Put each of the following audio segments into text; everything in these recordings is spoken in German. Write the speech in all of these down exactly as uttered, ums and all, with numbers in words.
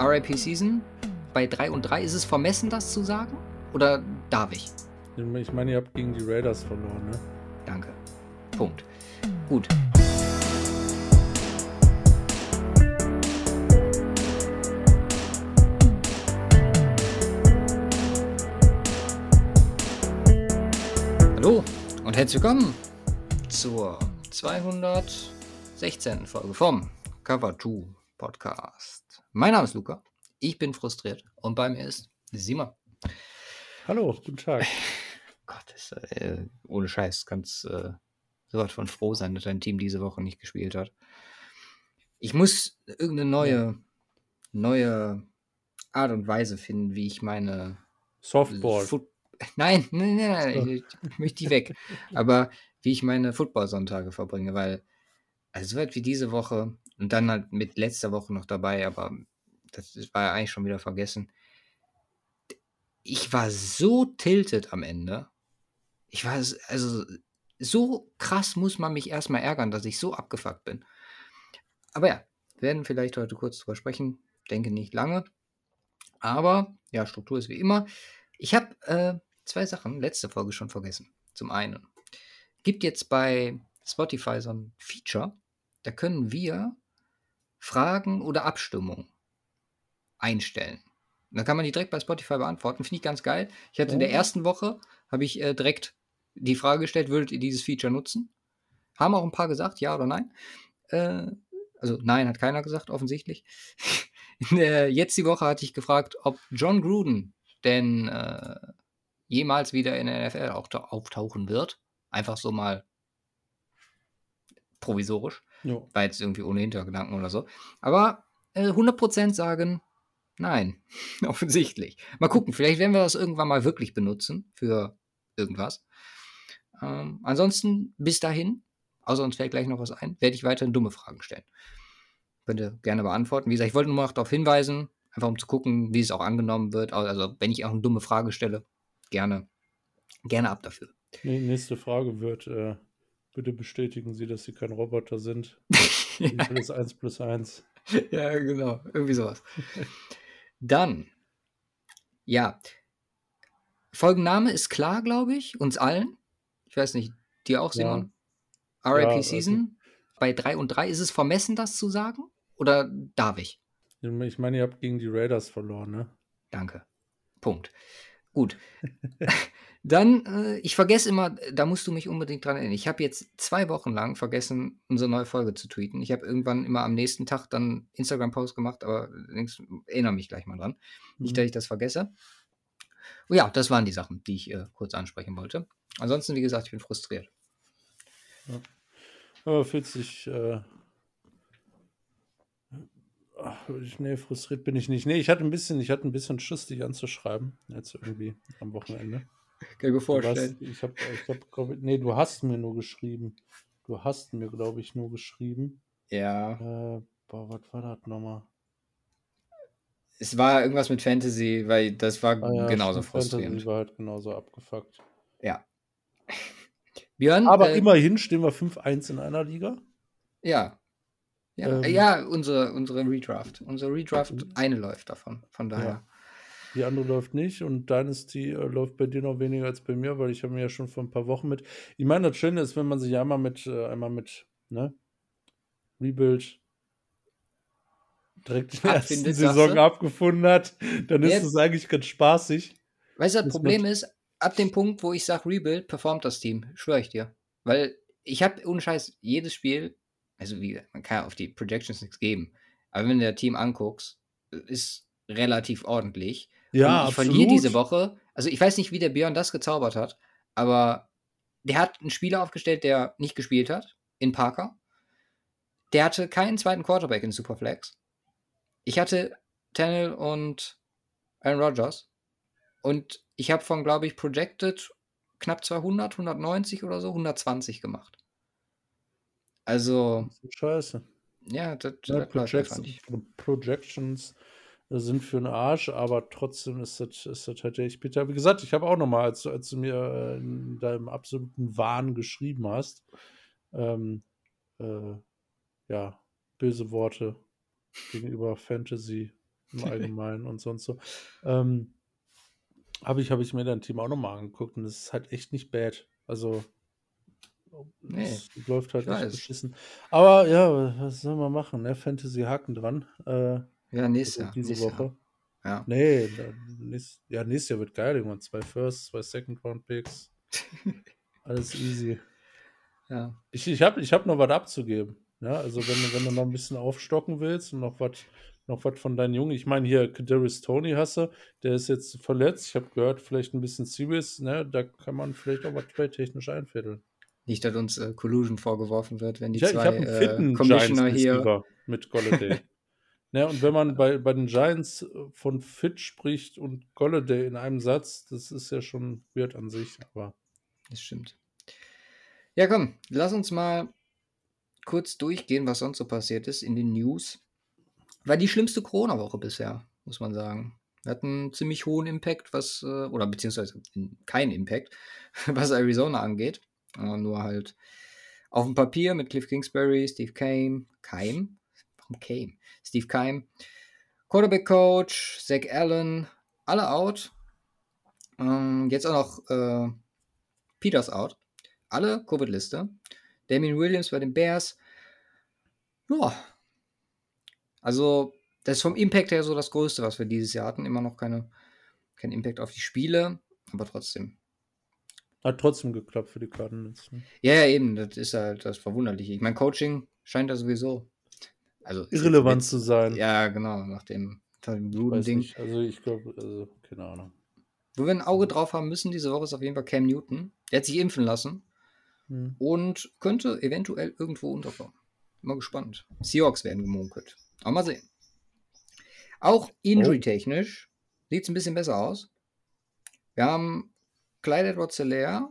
R I P Season bei drei und drei. Ist es vermessen, das zu sagen? Oder darf ich? Ich meine, ihr habt gegen die Raiders verloren, ne? Danke. Punkt. Gut. Hallo und herzlich willkommen zur zweihundertsechzehnten Folge vom Cover zwei Podcast. Mein Name ist Luca, ich bin frustriert und bei mir ist Simon. Hallo, guten Tag. Gott, ist, äh, ohne Scheiß, kannst äh, sowas von froh sein, dass dein Team diese Woche nicht gespielt hat. Ich muss irgendeine neue, ja. neue Art und Weise finden, wie ich meine Softball. Foot- nein, nein, nein, nein, so. ich, ich möchte die weg. Aber wie ich meine Football-Sonntage verbringe, weil also so weit wie diese Woche und dann halt mit letzter Woche noch dabei, aber das war ja eigentlich schon wieder vergessen. Ich war so tiltet am Ende. Ich war, also so krass muss man mich erstmal ärgern, dass ich so abgefuckt bin. Aber ja, wir werden vielleicht heute kurz drüber sprechen. Denke nicht lange. Aber, ja, Struktur ist wie immer. Ich habe äh, zwei Sachen letzte Folge schon vergessen. Zum einen gibt jetzt bei Spotify so ein Feature, da können wir Fragen oder Abstimmungen einstellen. Und dann kann man die direkt bei Spotify beantworten. Finde ich ganz geil. Ich hatte oh. in der ersten Woche, habe ich äh, direkt die Frage gestellt, würdet ihr dieses Feature nutzen? Haben auch ein paar gesagt, ja oder nein. Äh, also nein, hat keiner gesagt, offensichtlich. äh, jetzt die Woche hatte ich gefragt, ob John Gruden denn äh, jemals wieder in der N F L auch auftauchen wird. Einfach so mal provisorisch. Jo. War jetzt irgendwie ohne Hintergedanken oder so. Aber äh, hundert Prozent sagen nein, offensichtlich. Mal gucken, vielleicht werden wir das irgendwann mal wirklich benutzen für irgendwas. Ähm, ansonsten, bis dahin, außer uns fällt gleich noch was ein, werde ich weiterhin dumme Fragen stellen. Könnt ihr gerne beantworten. Wie gesagt, ich wollte nur noch darauf hinweisen, einfach um zu gucken, wie es auch angenommen wird. Also, wenn ich auch eine dumme Frage stelle, gerne, gerne ab dafür. Nee, nächste Frage wird, äh, bitte bestätigen Sie, dass Sie kein Roboter sind. Ja. Alles eins plus eins. Ja, genau, irgendwie sowas. Dann, ja, Folgenname ist klar, glaube ich, uns allen. Ich weiß nicht, dir auch, Simon? Ja. R I P ja, Season also, bei drei und drei. Ist es vermessen, das zu sagen? Oder darf ich? Ich meine, ihr habt gegen die Raiders verloren, ne? Danke. Punkt. Gut. Dann, äh, ich vergesse immer, da musst du mich unbedingt dran erinnern. Ich habe jetzt zwei Wochen lang vergessen, unsere neue Folge zu tweeten. Ich habe irgendwann immer am nächsten Tag dann Instagram-Post gemacht, aber ich erinnere mich gleich mal dran. Mhm. Nicht, dass ich das vergesse. Oh ja, das waren die Sachen, die ich äh, kurz ansprechen wollte. Ansonsten, wie gesagt, ich bin frustriert. Ja. Aber fühlt sich, äh, ach, nee, frustriert bin ich nicht. Nee, ich hatte ein bisschen, ich hatte ein bisschen Schiss, dich anzuschreiben, jetzt irgendwie am Wochenende. Kann ich mir vorstellen. Warst, ich habe, ich hab, glaube nee, du hast mir nur geschrieben. Du hast mir, glaube ich, nur geschrieben. Ja. Äh, boah, was war das nochmal? Es war irgendwas mit Fantasy, weil das war ah, ja, genauso frustrierend. Fantasy war halt genauso abgefuckt. Ja. Björn, Aber äh, immerhin stehen wir fünf eins in einer Liga. Ja. Ja, ähm, ja unsere, unsere Redraft. Unsere Redraft, eine läuft davon. Von daher. Ja. Die andere läuft nicht und Dynasty äh, läuft bei dir noch weniger als bei mir, weil ich habe mir ja schon vor ein paar Wochen mit. Ich meine, das Schöne ist, wenn man sich einmal mit, äh, einmal mit, ne, Rebuild direkt in der ersten Saison abgefunden hat, dann ist es eigentlich ganz spaßig. Weißt du, das Problem ist, ab dem Punkt, wo ich sage Rebuild, performt das Team, schwöre ich dir. Weil ich habe, ohne Scheiß, jedes Spiel, also wie man kann auf die Projections nichts geben, aber wenn du das Team anguckst, ist relativ ordentlich. Ja, und ich absolut. verliere diese Woche, also ich weiß nicht, wie der Björn das gezaubert hat, aber der hat einen Spieler aufgestellt, der nicht gespielt hat, in Parker. Der hatte keinen zweiten Quarterback in Superflex. Ich hatte Tannehill und Aaron Rodgers. Und ich habe von, glaube ich, Projected knapp zweihundert, hundertneunzig oder so, hundertzwanzig gemacht. Also. Das ist scheiße. Ja, das, ja, das läuft einfach nicht. Projections sind für den Arsch, aber trotzdem ist das, ist das halt echt bitter. Wie gesagt, ich habe auch nochmal, als, als du mir in deinem absoluten Wahn geschrieben hast, ähm, äh, ja, böse Worte gegenüber Fantasy im Allgemeinen und so und so. Ähm, habe ich habe ich mir dein Team auch noch mal angeguckt und das ist halt echt nicht bad. Also, Ne, es läuft ich halt echt weiß. beschissen. Aber ja, was soll man machen, ne? Fantasy Haken dran, äh, Ja, nächstes also Jahr, diese nächstes Jahr. Woche. Ja. Ne, da nächst ja, nächstes Jahr wird geil, irgendwann zwei Firsts, zwei Second Round Picks. Alles easy. Ja. Ich ich habe ich habe noch was abzugeben, ja? Also, wenn du wenn du noch ein bisschen aufstocken willst und noch was noch was von deinen Jungen, ich meine hier Kadarius Toney hast du, der ist jetzt verletzt. Ich habe gehört, vielleicht ein bisschen serious, ne? Da kann man vielleicht auch was trade-technisch einfädeln. Nicht, dass uns, äh, Collusion vorgeworfen wird, wenn die Ich ha ich zwei habe 'n äh, fitten Commissioner hier Giants-Receiver mit Golladay. Ne, und wenn man bei bei den Giants, äh, von fit spricht und Golladay in einem Satz, das ist ja schon weird an sich, aber das stimmt. Ja, komm, lass uns mal kurz durchgehen, was sonst so passiert ist in den News. War die schlimmste Corona-Woche bisher, muss man sagen. Wir hatten 'n ziemlich hohen Impact, was, äh oder beziehungsweise keinen Impact, was Arizona angeht. Äh, nur halt auf dem Papier mit Cliff Kingsbury, Steve Keim Keim? Warum Keim? Steve Keim, Quarterback-Coach, Zach Allen, alle out. Ähm, jetzt auch noch, äh, Peters out. Alle Covid-Liste. Damien Williams bei den Bears. Ja. Also, das ist vom Impact her so das Größte, was wir dieses Jahr hatten. Immer noch keine kein Impact auf die Spiele, aber trotzdem. hat trotzdem geklappt für die Cardinals, ne? Ja, ja, eben, das ist halt das Verwunderliche. Ich meine, Coaching scheint ja sowieso also, ist jetzt 'n Irrelevant Witz. zu sein. Ja, genau, nach dem tollen Ich weiß Gruden-Ding. nicht. Also, ich glaube also, keine Ahnung. Wo wir 'n Auge drauf haben müssen diese Woche, ist auf jeden Fall Cam Newton. Der hat sich impfen lassen Mhm. und könnte eventuell irgendwo unterkommen. Bin mal gespannt. Seahawks werden gemunkelt. Aber mal sehen. Auch Oh. injury-technisch sieht's 'n bisschen besser aus. Wir haben Clyde Edwards-Helaire,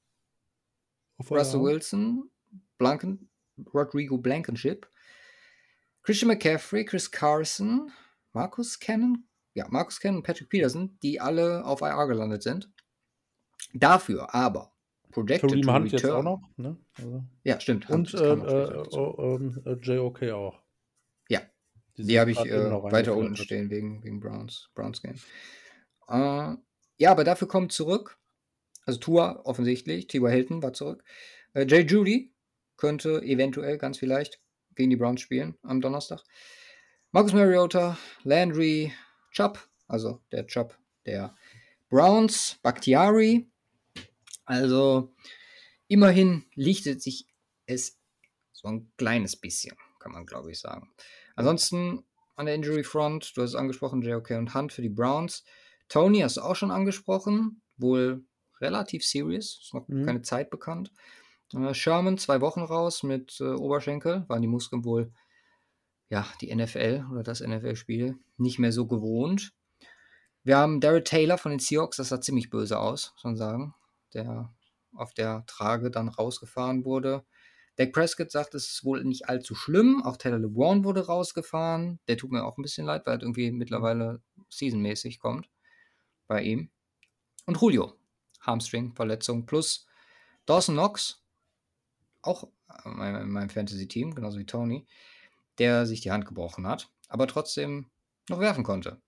Auf Russell I R? Wilson, Blanken Rodrigo Blankenship, Christian McCaffrey, Chris Carson, Marcus Cannon? Ja, Marcus Cannon und Patrick Peterson, die alle auf I R gelandet sind. Dafür aber projected Kareem to Hunt jetzt auch noch, return ne? Also Ja, stimmt, Hunt und, das äh, kam noch später äh, dazu. oh, ähm, äh, J O K auch. Ja, Die die sind habe ich, grad eben äh, noch weiter unten reingeflattert. stehen wegen wegen Browns Browns Game. Äh, ja, aber dafür kommt zurück also Tua offensichtlich, T Y Hilton war zurück. Äh, Jerry Jeudy könnte eventuell, ganz vielleicht, gegen die Browns spielen am Donnerstag. Marcus Mariota, Landry, Chubb, also der Chubb der Browns, Bakhtiari. Also, immerhin lichtet sich es so 'n kleines bisschen, kann man, glaube ich, sagen. Ansonsten an der Injury Front, du hast es angesprochen, J O K und Hunt für die Browns. Toney hast du auch schon angesprochen, wohl relativ serious, ist noch Mhm. keine Zeit bekannt. Äh, Sherman zwei Wochen raus mit, äh, Oberschenkel, waren die Muskeln wohl ja, die N F L oder das N F L-Spiel nicht mehr so gewohnt. Wir haben Darren Taylor von den Seahawks, das sah ziemlich böse aus, muss man sagen, der auf der Trage dann rausgefahren wurde. Dak Prescott sagt, es ist wohl nicht allzu schlimm. Auch Taylor LeBron wurde rausgefahren. Der tut mir auch 'n bisschen leid, weil halt irgendwie Mhm. mittlerweile seasonmäßig kommt bei ihm. Und Julio, Hamstring-Verletzung plus Dawson Knox, auch in mei in meinem Fantasy-Team, genauso wie Toney, der sich die Hand gebrochen hat, aber trotzdem noch werfen konnte.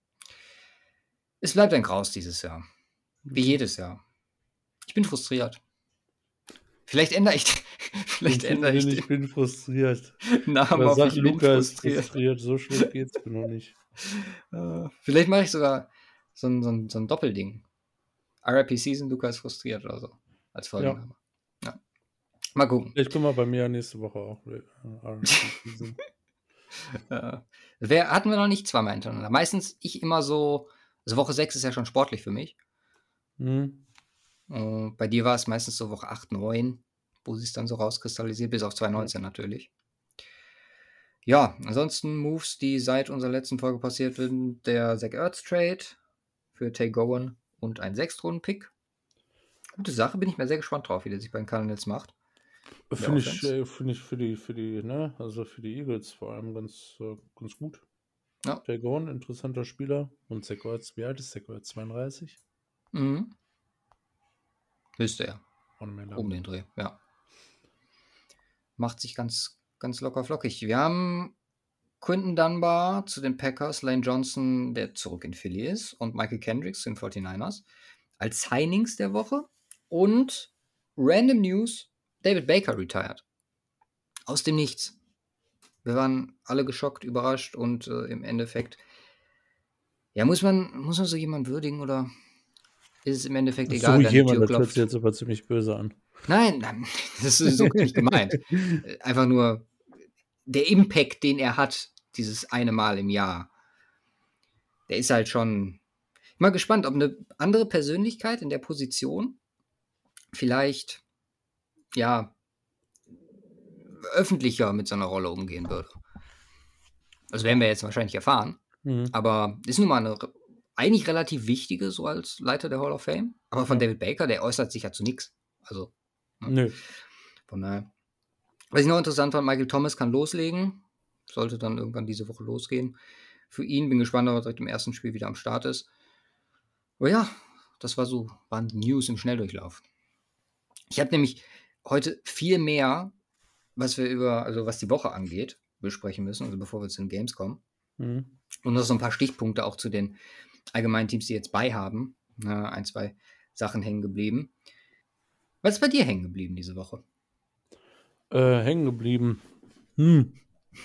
Es bleibt ein Graus dieses Jahr, wie Mhm. jedes Jahr. Ich bin frustriert. Vielleicht ändere ich Den vielleicht finden ändere ich den den „Ich bin frustriert“ Namen oder auf sag: „Ich bin „Luca ist frustriert“. frustriert“, so schlecht geht's mir noch nicht. Äh, vielleicht mache ich sogar so 'n so 'n so 'n Doppelding. R I P Season, Luca ist frustriert oder so als Ja. Folgenname. Ja. Mal gucken. Ich bin mal bei mir nächste Woche auch äh, R I P Season. Äh, wer hatten wir noch nicht zweimal hintereinander. Meistens ich immer so also Woche sechs ist ja schon sportlich für mich. Mhm. Äh, bei dir war es meistens so Woche acht, neun, wo sich's dann so rauskristallisiert, bis auf Ja. zweitausendneunzehn natürlich. Ja, ansonsten Moves, die seit unserer letzten Folge passiert sind, der Zach Ertz Trade für Tay Gowan und ein Sechstrunden-Pick. Gute Sache, bin ich mal sehr gespannt drauf, wie der sich bei den Cardinals macht in der Finde ich Offense. äh, finde ich für die für die ne, also für die Eagles vor allem ganz äh, ganz gut. Ja. Tay Gowan, interessanter Spieler und Zach Ertz, wie alt ist Zach Ertz? zweiunddreißig? Mhm. Müsste er. Auch nicht mehr Um lang. den Dreh, ja. Macht sich ganz ganz locker flockig. Wir haben Quinton Dunbar zu den Packers, Lane Johnson, der zurück in Philly ist, und Michael Kendricks zu den forty-niners als Signings der Woche. Und Random News, David Baker retired. Aus dem Nichts. Wir waren alle geschockt, überrascht und äh, im Endeffekt, ja, muss man, muss man so jemanden würdigen oder ist es im Endeffekt egal, So wer an die jemand, Tür das hört sich klopft? jetzt aber ziemlich böse an. Nein, nein, das ist so nicht gemeint. Äh, Einfach nur der Impact, den er hat, dieses eine Mal im Jahr, der ist halt schon. Ich bin mal gespannt, ob eine andere Persönlichkeit in der Position vielleicht, ja, öffentlicher mit so einer Rolle umgehen würde. Das werden wir jetzt wahrscheinlich erfahren. Mhm. Aber ist nun mal eine re- eigentlich relativ wichtige, so als Leiter der Hall of Fame. Aber von Ja. David Baker, der äußert sich ja zu nichts. Also, ne? Nö. Von daher. Was ich noch interessant fand, Michael Thomas kann loslegen. Sollte dann irgendwann diese Woche losgehen. Für ihn bin gespannt, ob er direkt im ersten Spiel wieder am Start ist. Aber ja, das war so, waren die News im Schnelldurchlauf. Ich habe nämlich heute viel mehr, was wir über, also was die Woche angeht, besprechen müssen, also bevor wir zu den Games kommen. Mhm. Und noch so ein paar Stichpunkte auch zu den allgemeinen Teams, die jetzt bei haben. Na, ein, zwei Sachen hängen geblieben. Was ist bei dir hängen geblieben diese Woche? Äh, hängen geblieben. Hm.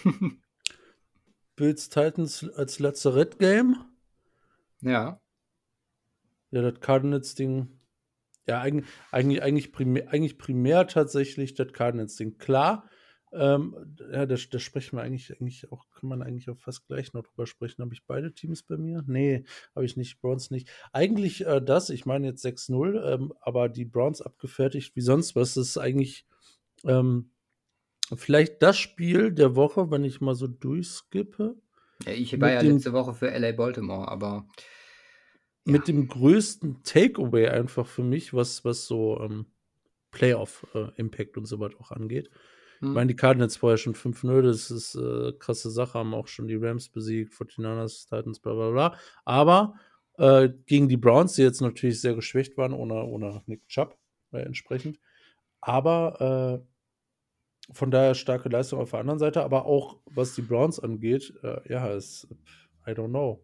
Bills Titans als Lazarett-Game. Ja. Ja, das Cardinals-Ding. Ja, eigentlich, eigentlich, eigentlich, primär, eigentlich primär tatsächlich das Cardinals-Ding. Klar, ähm, ja, da, da sprechen wir eigentlich, eigentlich auch, kann man eigentlich auch fast gleich noch drüber sprechen. Habe ich beide Teams bei mir? Nee, habe ich nicht. Browns nicht. Eigentlich äh, das, ich meine jetzt sechs null, ähm, aber die Browns abgefertigt wie sonst was. Das ist eigentlich ähm, vielleicht das Spiel der Woche, wenn ich mal so durchskippe. ja ich war Mit ja dem- letzte Woche für L A Baltimore, aber Mit dem größten Takeaway einfach für mich, was, was so ähm, Playoff-Impact und so weiter auch angeht. hm, Ich meine, die Cardinals vorher schon fünf null, das ist äh, krasse Sache, haben auch schon die Rams besiegt, forty-niners, Titans, bla bla bla. Aber äh, gegen die Browns, die jetzt natürlich sehr geschwächt waren, ohne, ohne Nick Chubb äh, entsprechend. Aber äh, von daher starke Leistung auf der anderen Seite, aber auch was die Browns angeht, äh, ja, ist, I don't know.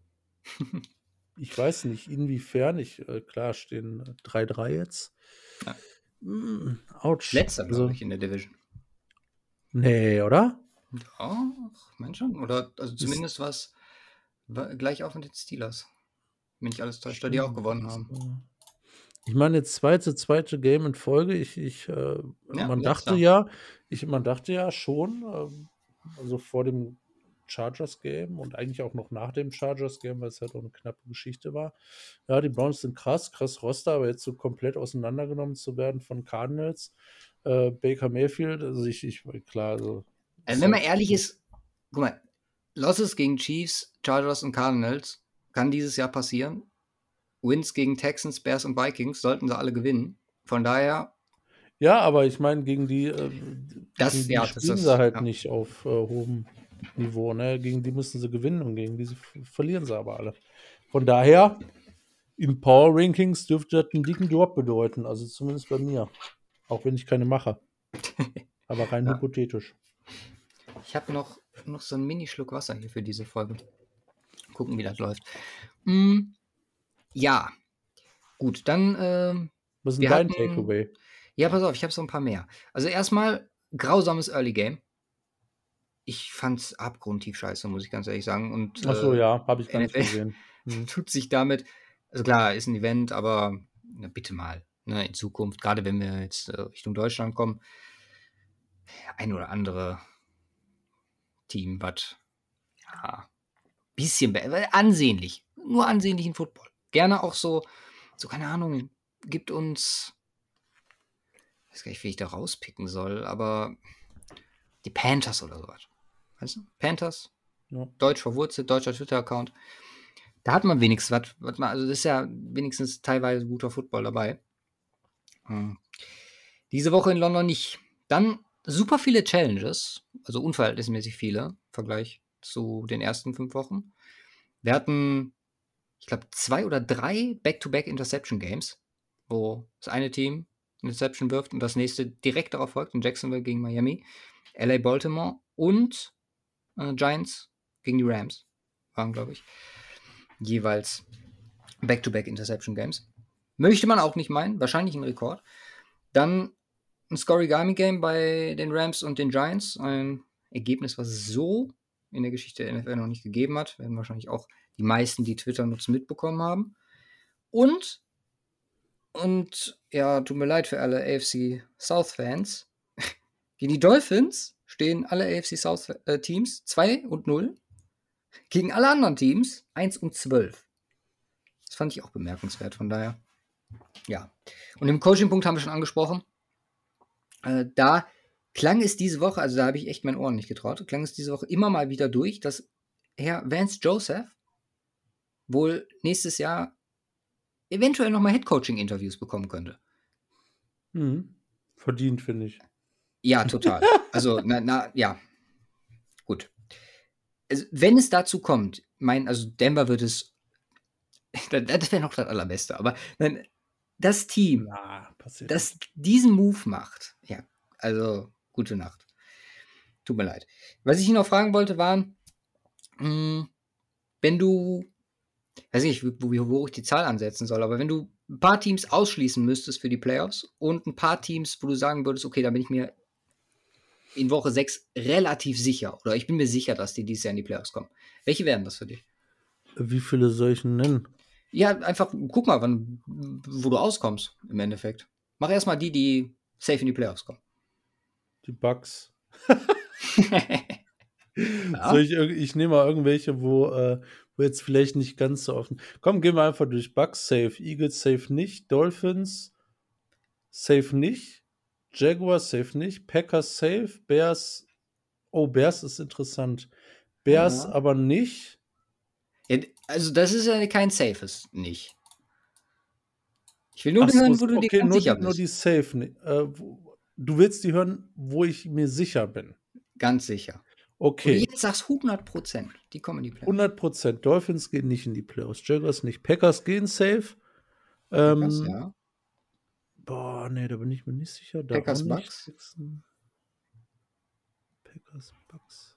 Ich weiß nicht, inwiefern. Ich, äh, klar, stehen drei drei jetzt. Ja. Mm, ouch. letzter, glaube Also, ich, in der Division. nee, oder? Doch, mein schon. Oder also Ist- zumindest was war gleich auf mit den Steelers. Wenn nicht alles täuscht, da die auch Stimmt. gewonnen haben. Ich meine, jetzt zweite, zweite Game in Folge. Ich, ich, äh, Ja, man letzter. dachte ja, ich, man dachte ja schon, ähm, also vor dem Chargers-Game und eigentlich auch noch nach dem Chargers-Game, weil es halt auch eine knappe Geschichte war. Ja, die Browns sind krass, krass Roster, aber jetzt so komplett auseinandergenommen zu werden von Cardinals, äh, Baker Mayfield, also ich, ich klar, also. Also wenn man ehrlich ist, guck mal, Losses gegen Chiefs, Chargers und Cardinals kann dieses Jahr passieren. Wins gegen Texans, Bears und Vikings sollten sie alle gewinnen. Von daher, Ja, aber ich meine, gegen die, äh, Das- gegen die ja, das spielen ist- sie halt ja. nicht auf äh, hohem Niveau. Ne? Gegen die müssen sie gewinnen und gegen diese verlieren sie aber alle. Von daher, im Power Rankings dürfte das einen dicken Drop bedeuten. Also zumindest bei mir. Auch wenn ich keine mache. Aber rein Ja. hypothetisch. Ich habe noch, noch so einen Mini-Schluck Wasser hier für diese Folge. Gucken, wie das läuft. Mm, ja, gut, dann. Ähm, Was ist wir denn dein hatten- Takeaway? Ja, pass auf, ich habe so ein paar mehr. Also erstmal grausames Early Game. Ich fand's abgrundtief scheiße, muss ich ganz ehrlich sagen. Und Achso, äh, ja, habe ich gar nicht N F L gesehen. Hm. tut sich damit, also klar, ist ein Event, aber na, bitte mal, ne, in Zukunft, gerade wenn wir jetzt äh, Richtung Deutschland kommen, ein oder andere Team, was ja, bisschen be- äh, ansehnlich, nur ansehnlichen Football. Gerne auch so, so keine Ahnung, gibt uns, ich weiß gar nicht, wie ich da rauspicken soll, aber die Panthers oder sowas. Weißt du? Panthers, Ja. deutsch verwurzelt, deutscher Twitter-Account. Da hat man wenigstens was, was man, also das ist ja wenigstens teilweise guter Football dabei. Hm. Diese Woche in London nicht. Dann super viele Challenges, also unverhältnismäßig viele im Vergleich zu den ersten fünf Wochen. Wir hatten, ich glaube, zwei oder drei Back-to-Back Interception Games, wo das eine Team Interception wirft und das nächste direkt darauf folgt, in Jacksonville gegen Miami, L A Baltimore und äh, Giants gegen die Rams waren, glaube ich, jeweils Back-to-Back Interception Games. Möchte man auch nicht meinen, wahrscheinlich ein Rekord. Dann ein Scorigami-Game bei den Rams und den Giants. Ein Ergebnis, was es so in der Geschichte der N F L noch nicht gegeben hat. Werden wahrscheinlich auch die meisten, die Twitter nutzen, mitbekommen haben. Und, und ja, tut mir leid für alle A F C South-Fans. Gegen die Dolphins stehen alle A F C South-Teams zwei und null. Gegen alle anderen Teams eins und zwölf. Das fand ich auch bemerkenswert, von daher. Ja. Und im Coaching-Punkt haben wir schon angesprochen. Äh, da klang es diese Woche, also da habe ich echt meinen Ohren nicht getraut, klang es diese Woche immer mal wieder durch, dass Herr Vance Joseph wohl nächstes Jahr eventuell nochmal Head-Coaching-Interviews bekommen könnte. Mhm. Verdient, finde ich. Ja, total. Also, na, na, ja. Gut. Also, wenn es dazu kommt, mein, also Denver wird es, das wäre noch das Allerbeste, aber dann, das Team, Na, passiert das diesen Move macht, ja, also gute Nacht. Tut mir leid. Was ich ihn noch fragen wollte, war, mh, wenn du, weiß nicht, wo, wo, wo ich die Zahl ansetzen soll, aber wenn du ein paar Teams ausschließen müsstest für die Playoffs und ein paar Teams, wo du sagen würdest, okay, da bin ich mir in Woche sechs relativ sicher, oder ich bin mir sicher, dass die dieses Jahr in die Playoffs kommen. Welche wären das für dich? Wie viele soll ich denn nennen? Ja, einfach guck mal, wann, wo du auskommst im Endeffekt. Mach erstmal die, die safe in die Playoffs kommen. Die Bucks. Ja. Soll ich, ich nehme mal irgendwelche, wo, äh, wo jetzt vielleicht nicht ganz so offen. Komm, gehen wir einfach durch. Bucks safe, Eagles safe nicht, Dolphins safe nicht, Jaguars safe nicht, Packers safe, Bears, oh, Bears ist interessant. Bears Ja. aber nicht. Ja, also das ist ja kein Safes, nicht. Ich will nur Ach so, hören, wo du okay, dir ganz nur sicher die, nur bist. die safe. nicht. Äh, wo, du willst die hören, wo ich mir sicher bin. Ganz sicher. Okay. Und jetzt sagst hundert Prozent, die kommen in die Playoffs. hundert Prozent. Dolphins gehen nicht in die Playoffs. Jaguars nicht. Packers gehen safe. Packers, Ähm, ja. Boah, nee, da bin ich mir nicht sicher. Da Packers, auch nicht. Bucks. Packers, Bucks.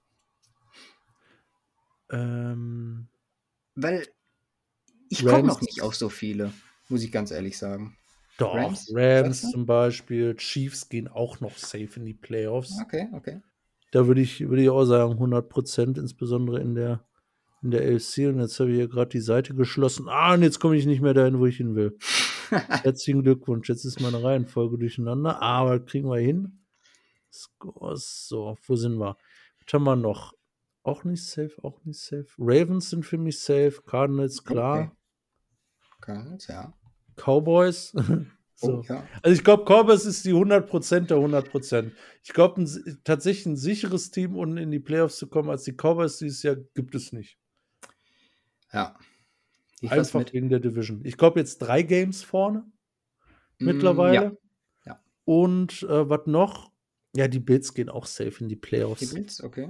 Ähm, Weil ich komme noch nicht auf so viele, muss ich ganz ehrlich sagen. Doch, Rams? Rams, Sagst du? zum Beispiel. Chiefs gehen auch noch safe in die Playoffs. Okay, okay. Da würde ich, würde ich auch sagen, hundert Prozent, insbesondere in der, in der A F C. Und jetzt habe ich hier gerade die Seite geschlossen. Ah, und jetzt komme ich nicht mehr dahin, wo ich hin will. Herzlichen Glückwunsch. Jetzt ist meine Reihenfolge durcheinander. Aber kriegen wir hin. So, wo sind wir? Was haben wir noch? Auch nicht safe, auch nicht safe. Ravens sind für mich safe. Cardinals, klar. Okay. Cardinals, ja. Cowboys. So. Oh, ja. Also ich glaube, Cowboys ist die hundert Prozent der hundert Prozent. Ich glaube, ein, tatsächlich ein sicheres Team, um in die Playoffs zu kommen, als die Cowboys dieses Jahr, gibt es nicht. Ja. Ich Einfach mit. wegen der Division. Ich glaube, jetzt drei Games vorne Mm, mittlerweile. Ja. Ja. Und äh, was noch? Ja, die Bills gehen auch safe in die Playoffs. Die Bills, okay.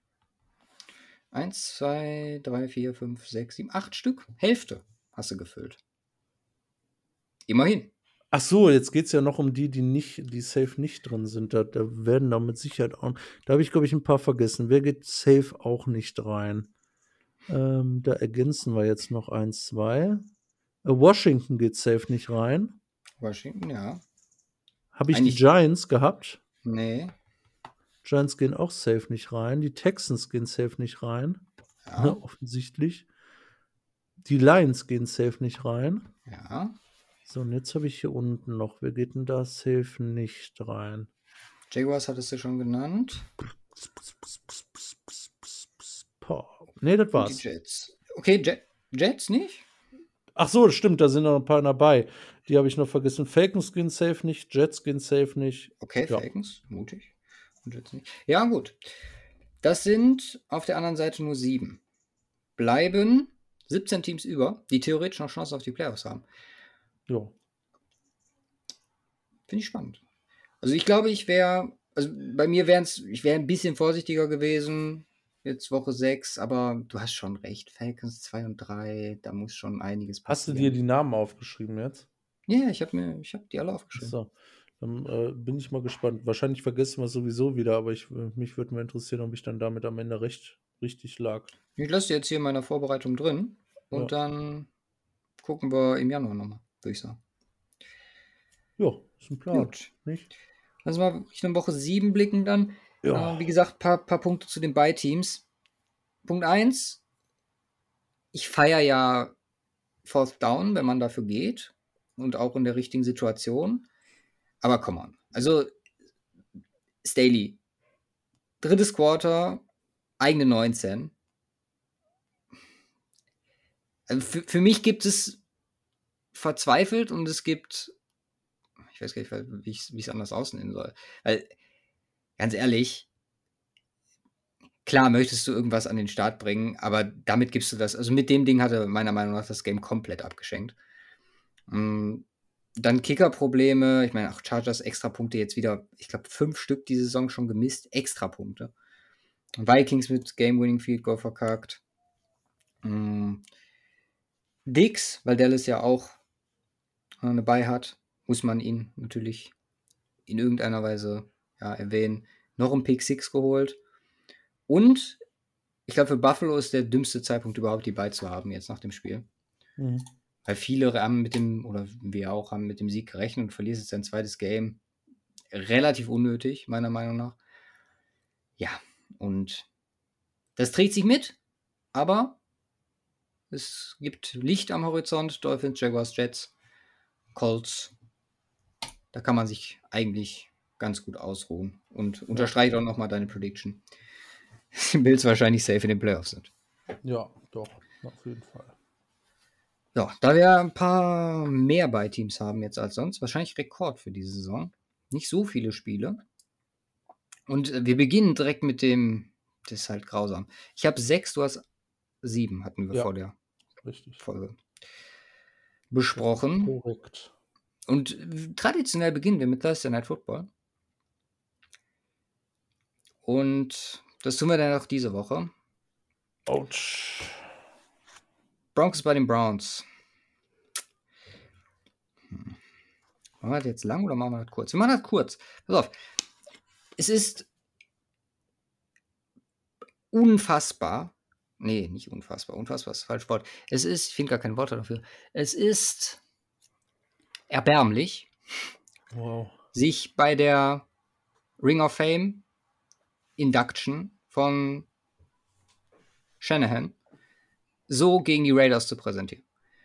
Eins, zwei, drei, vier, fünf, sechs, sieben, acht Stück. Hälfte hast du gefüllt. Immerhin. Ach so, jetzt geht es ja noch um die, die nicht, die safe nicht drin sind. Da, da werden da mit Sicherheit auch. Da habe ich, glaube ich, ein paar vergessen. Wer geht safe auch nicht rein? Ähm, da ergänzen wir jetzt noch eins, zwei. Äh, Washington geht safe nicht rein. Washington, ja. Habe ich Eigentlich- die Giants gehabt? Nee. Giants gehen auch safe nicht rein. Die Texans gehen safe nicht rein. Ja. Offensichtlich. Die Lions gehen safe nicht rein. Ja. So, und jetzt habe ich hier unten noch. Wer geht denn da safe nicht rein? Jaguars hattest du schon genannt. Boah. Nee, das Und war's. die Jets. Okay, Jet, Jets nicht? Ach so, stimmt, da sind noch ein paar dabei. Die habe ich noch vergessen. Falcons gehen safe nicht, Jets gehen safe nicht. Okay, Ja. Falcons, mutig. Und Jets nicht. Ja, gut. Das sind auf der anderen Seite nur sieben. Bleiben siebzehn Teams über, die theoretisch noch Chance auf die Playoffs haben. Ja. Finde ich spannend. Also ich glaube, ich wäre, also bei mir wären es, ich wäre ein bisschen vorsichtiger gewesen, jetzt Woche sechs, aber du hast schon recht, Falcons zwei und drei, da muss schon einiges Hast du passieren. dir die Namen aufgeschrieben jetzt? Ja, ich habe mir, ich habe die alle aufgeschrieben. So. Dann äh, bin ich mal gespannt. Wahrscheinlich vergessen wir es sowieso wieder, aber ich, äh, mich würde mal interessieren, ob ich dann damit am Ende recht richtig lag. Ich lasse die jetzt hier in meiner Vorbereitung drin und Ja. dann gucken wir im Januar noch mal, würde ich sagen. Ja, ist 'n Plan, Gut. nicht? Lass mal Richtung Woche sieben blicken dann. Ja. Äh, wie gesagt, paar paar Punkte zu den Bye-Teams. Punkt eins: Ich feiere ja Fourth Down, wenn man dafür geht und auch in der richtigen Situation. Aber come on. Also Staley, drittes Quarter, eigene neunzehn. Also für, für mich gibt es verzweifelt und es gibt, ich weiß gar nicht, wie ich es anders ausnehmen soll. Weil, ganz ehrlich, klar möchtest du irgendwas an den Start bringen, aber damit gibst du das, also mit dem Ding hatte meiner Meinung nach das Game komplett abgeschenkt. Mm, Dann Kicker-Probleme, ich meine, auch Chargers Extrapunkte jetzt wieder, ich glaube, fünf Stück die Saison schon gemisst, Extrapunkte. Vikings mit Game-Winning Field Goal verkackt. Mm, Dix, weil Dallas ja auch eine Bye hat, muss man ihn natürlich in irgendeiner Weise ja, erwähnen. Noch ein Pick Six geholt. Und ich glaube, für Buffalo ist der dümmste Zeitpunkt überhaupt, die Bye zu haben jetzt nach dem Spiel. Mhm. Weil viele haben mit dem, oder wir auch, haben mit dem Sieg gerechnet und verlierst jetzt sein zweites Game. Relativ unnötig, meiner Meinung nach. Ja, und das trägt sich mit, aber es gibt Licht am Horizont. Dolphins, Jaguars, Jets, Colts. Da kann man sich eigentlich ganz gut ausruhen. Und unterstreicht auch nochmal deine Prediction. Dass die Bills wahrscheinlich safe in den Playoffs sind. Ja, doch, auf jeden Fall. Ja, da wir ein paar mehr Bye-Teams haben jetzt als sonst, wahrscheinlich Rekord für diese Saison. Nicht so viele Spiele. Und äh, wir beginnen direkt mit dem, das ist halt grausam. Ich habe sechs, du hast sieben, hatten wir Ja, vor der richtig. Folge Das ist besprochen. korrekt. Und äh, traditionell beginnen wir mit Thursday Night Football. Und das tun wir dann auch diese Woche. Autsch. Broncos bei den Browns. Hm. Machen wir das jetzt lang oder machen wir das kurz? Wir machen das kurz. Pass auf. Es ist unfassbar. Nee, nicht unfassbar. Unfassbar ist falsch Wort. Es ist, ich finde gar keine Worte dafür. Es ist erbärmlich, Wow. sich bei der Ring of Fame Induction von Shanahan so gegen die Raiders zu präsentieren.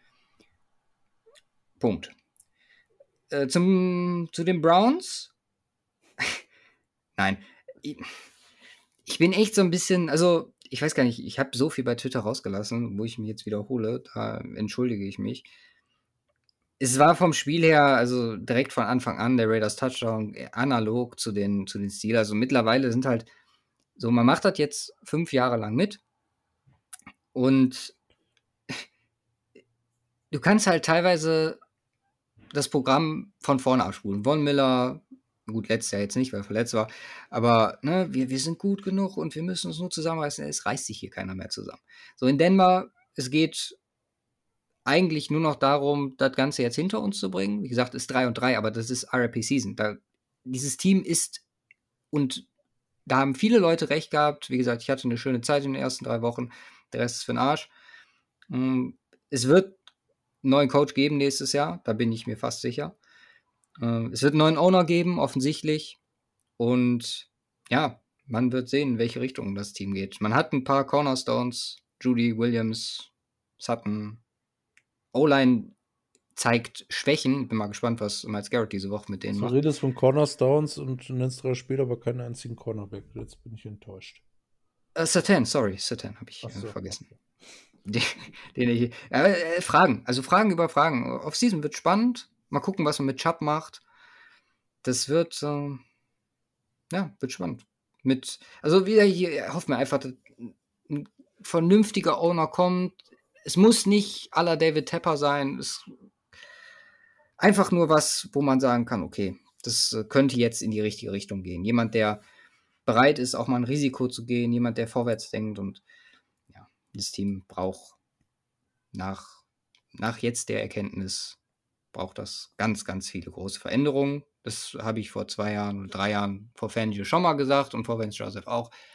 Punkt. Äh, zum, zu den Browns. Nein. Ich, ich bin echt so ein bisschen, also ich weiß gar nicht, ich habe so viel bei Twitter rausgelassen, wo ich mich jetzt wiederhole, da entschuldige ich mich. Es war vom Spiel her, also direkt von Anfang an, der Raiders Touchdown analog zu den, zu den Steelers. Also mittlerweile sind halt so, man macht das jetzt fünf Jahre lang mit und du kannst halt teilweise das Programm von vorne abspulen. Von Miller, gut, letztes Jahr jetzt nicht, weil er verletzt war, aber ne, wir, wir sind gut genug und wir müssen uns nur zusammenreißen. Es reißt sich hier keiner mehr zusammen. So in Denver, es geht eigentlich nur noch darum, das Ganze jetzt hinter uns zu bringen. Wie gesagt, ist drei und drei, aber das ist R I P-Season. Da, dieses Team ist, und da haben viele Leute recht gehabt. Wie gesagt, ich hatte eine schöne Zeit in den ersten drei Wochen. Der Rest ist für den Arsch. Es wird einen neuen Coach geben nächstes Jahr, da bin ich mir fast sicher. Es wird einen neuen Owner geben, offensichtlich. Und ja, man wird sehen, in welche Richtung das Team geht. Man hat ein paar Cornerstones, Judy, Williams, Sutton. O-Line zeigt Schwächen. Bin mal gespannt, was Myles Garrett diese Woche mit denen Du macht. redest von Cornerstones und du nennst drei Spieler, aber keinen einzigen Cornerback. Jetzt bin ich enttäuscht. Äh, Satan, sorry, Satan habe ich Ach so, äh, vergessen. okay. Den, den ich, äh, äh, Fragen, also Fragen über Fragen. Off-Season wird spannend. Mal gucken, was man mit Chubb macht. Das wird, äh, ja, wird spannend. Mit, also wieder hier, hoffen wir einfach, dass ein vernünftiger Owner kommt. Es muss nicht à la David Tepper sein. Es einfach nur was, wo man sagen kann, okay, das äh, könnte jetzt in die richtige Richtung gehen. Jemand, der bereit ist, auch mal ein Risiko zu gehen, jemand, der vorwärts denkt. Und ja, das Team braucht nach, nach jetzt der Erkenntnis, braucht das ganz, ganz viele große Veränderungen. Das habe ich vor zwei Jahren oder drei Jahren vor Fangio schon mal gesagt und vor Vance Joseph auch.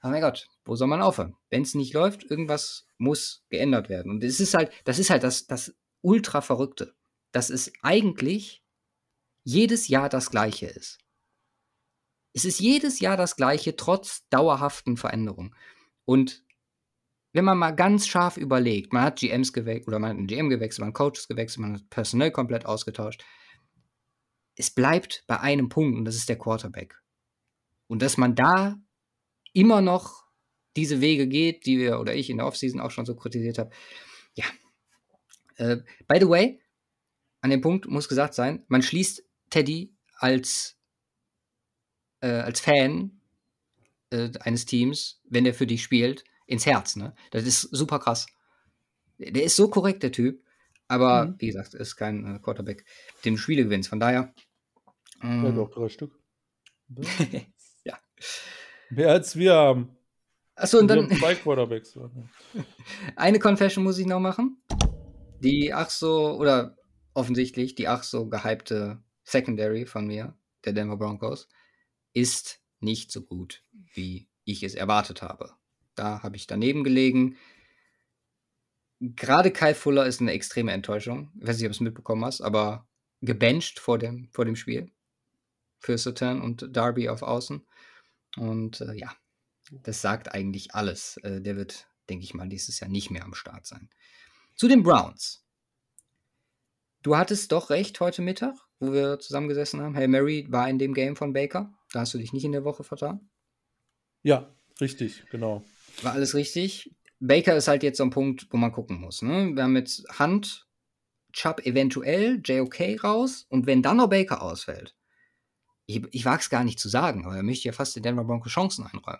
oh mein Gott, wo soll man aufhören? Wenn es nicht läuft, irgendwas muss geändert werden. Und es ist halt, das ist halt das, das ultra Verrückte, dass es eigentlich jedes Jahr das Gleiche ist. Es ist jedes Jahr das Gleiche, trotz dauerhaften Veränderungen. Und wenn man mal ganz scharf überlegt, man hat G Ms gewechselt, oder man hat einen G M gewechselt, man hat Coaches gewechselt, man hat personell komplett ausgetauscht. Es bleibt bei einem Punkt, und das ist der Quarterback. Und dass man da immer noch diese Wege geht, die wir oder ich in der Offseason auch schon so kritisiert habe. Ja. Äh, by the way, an dem Punkt muss gesagt sein, man schließt Teddy als, äh, als Fan äh, eines Teams, wenn er für dich spielt, ins Herz. Ne? Das ist super krass. Der ist so korrekt, der Typ. Aber, mhm. wie gesagt, ist kein äh, Quarterback, den du Spiele gewinnst. Von daher. Ähm, ja, doch, drei Stück. ja. Mehr als wir haben. Achso, und dann. Zwei Quarterbacks. Eine Confession muss ich noch machen. Die ach so, oder offensichtlich die ach so gehypte Secondary von mir, der Denver Broncos, ist nicht so gut, wie ich es erwartet habe. Da habe ich daneben gelegen. Gerade Kyle Fuller ist eine extreme Enttäuschung. Ich weiß nicht, ob du es mitbekommen hast, aber gebencht vor dem, vor dem Spiel. Für Surtain und Darby auf Außen. Und äh, ja, das sagt eigentlich alles. Äh, der wird, denke ich mal, dieses Jahr nicht mehr am Start sein. Zu den Browns. Du hattest doch recht heute Mittag, wo wir zusammengesessen haben. Hail Mary war in dem Game von Baker. Da hast du dich nicht in der Woche vertan. Ja, richtig, genau. War alles richtig. Baker ist halt jetzt so ein Punkt, wo man gucken muss. Ne? Wir haben jetzt Hunt, Chubb eventuell, J O K raus. Und wenn dann noch Baker ausfällt, ich, ich wage es gar nicht zu sagen, aber er möchte ja fast den Denver Broncos Chancen einräumen.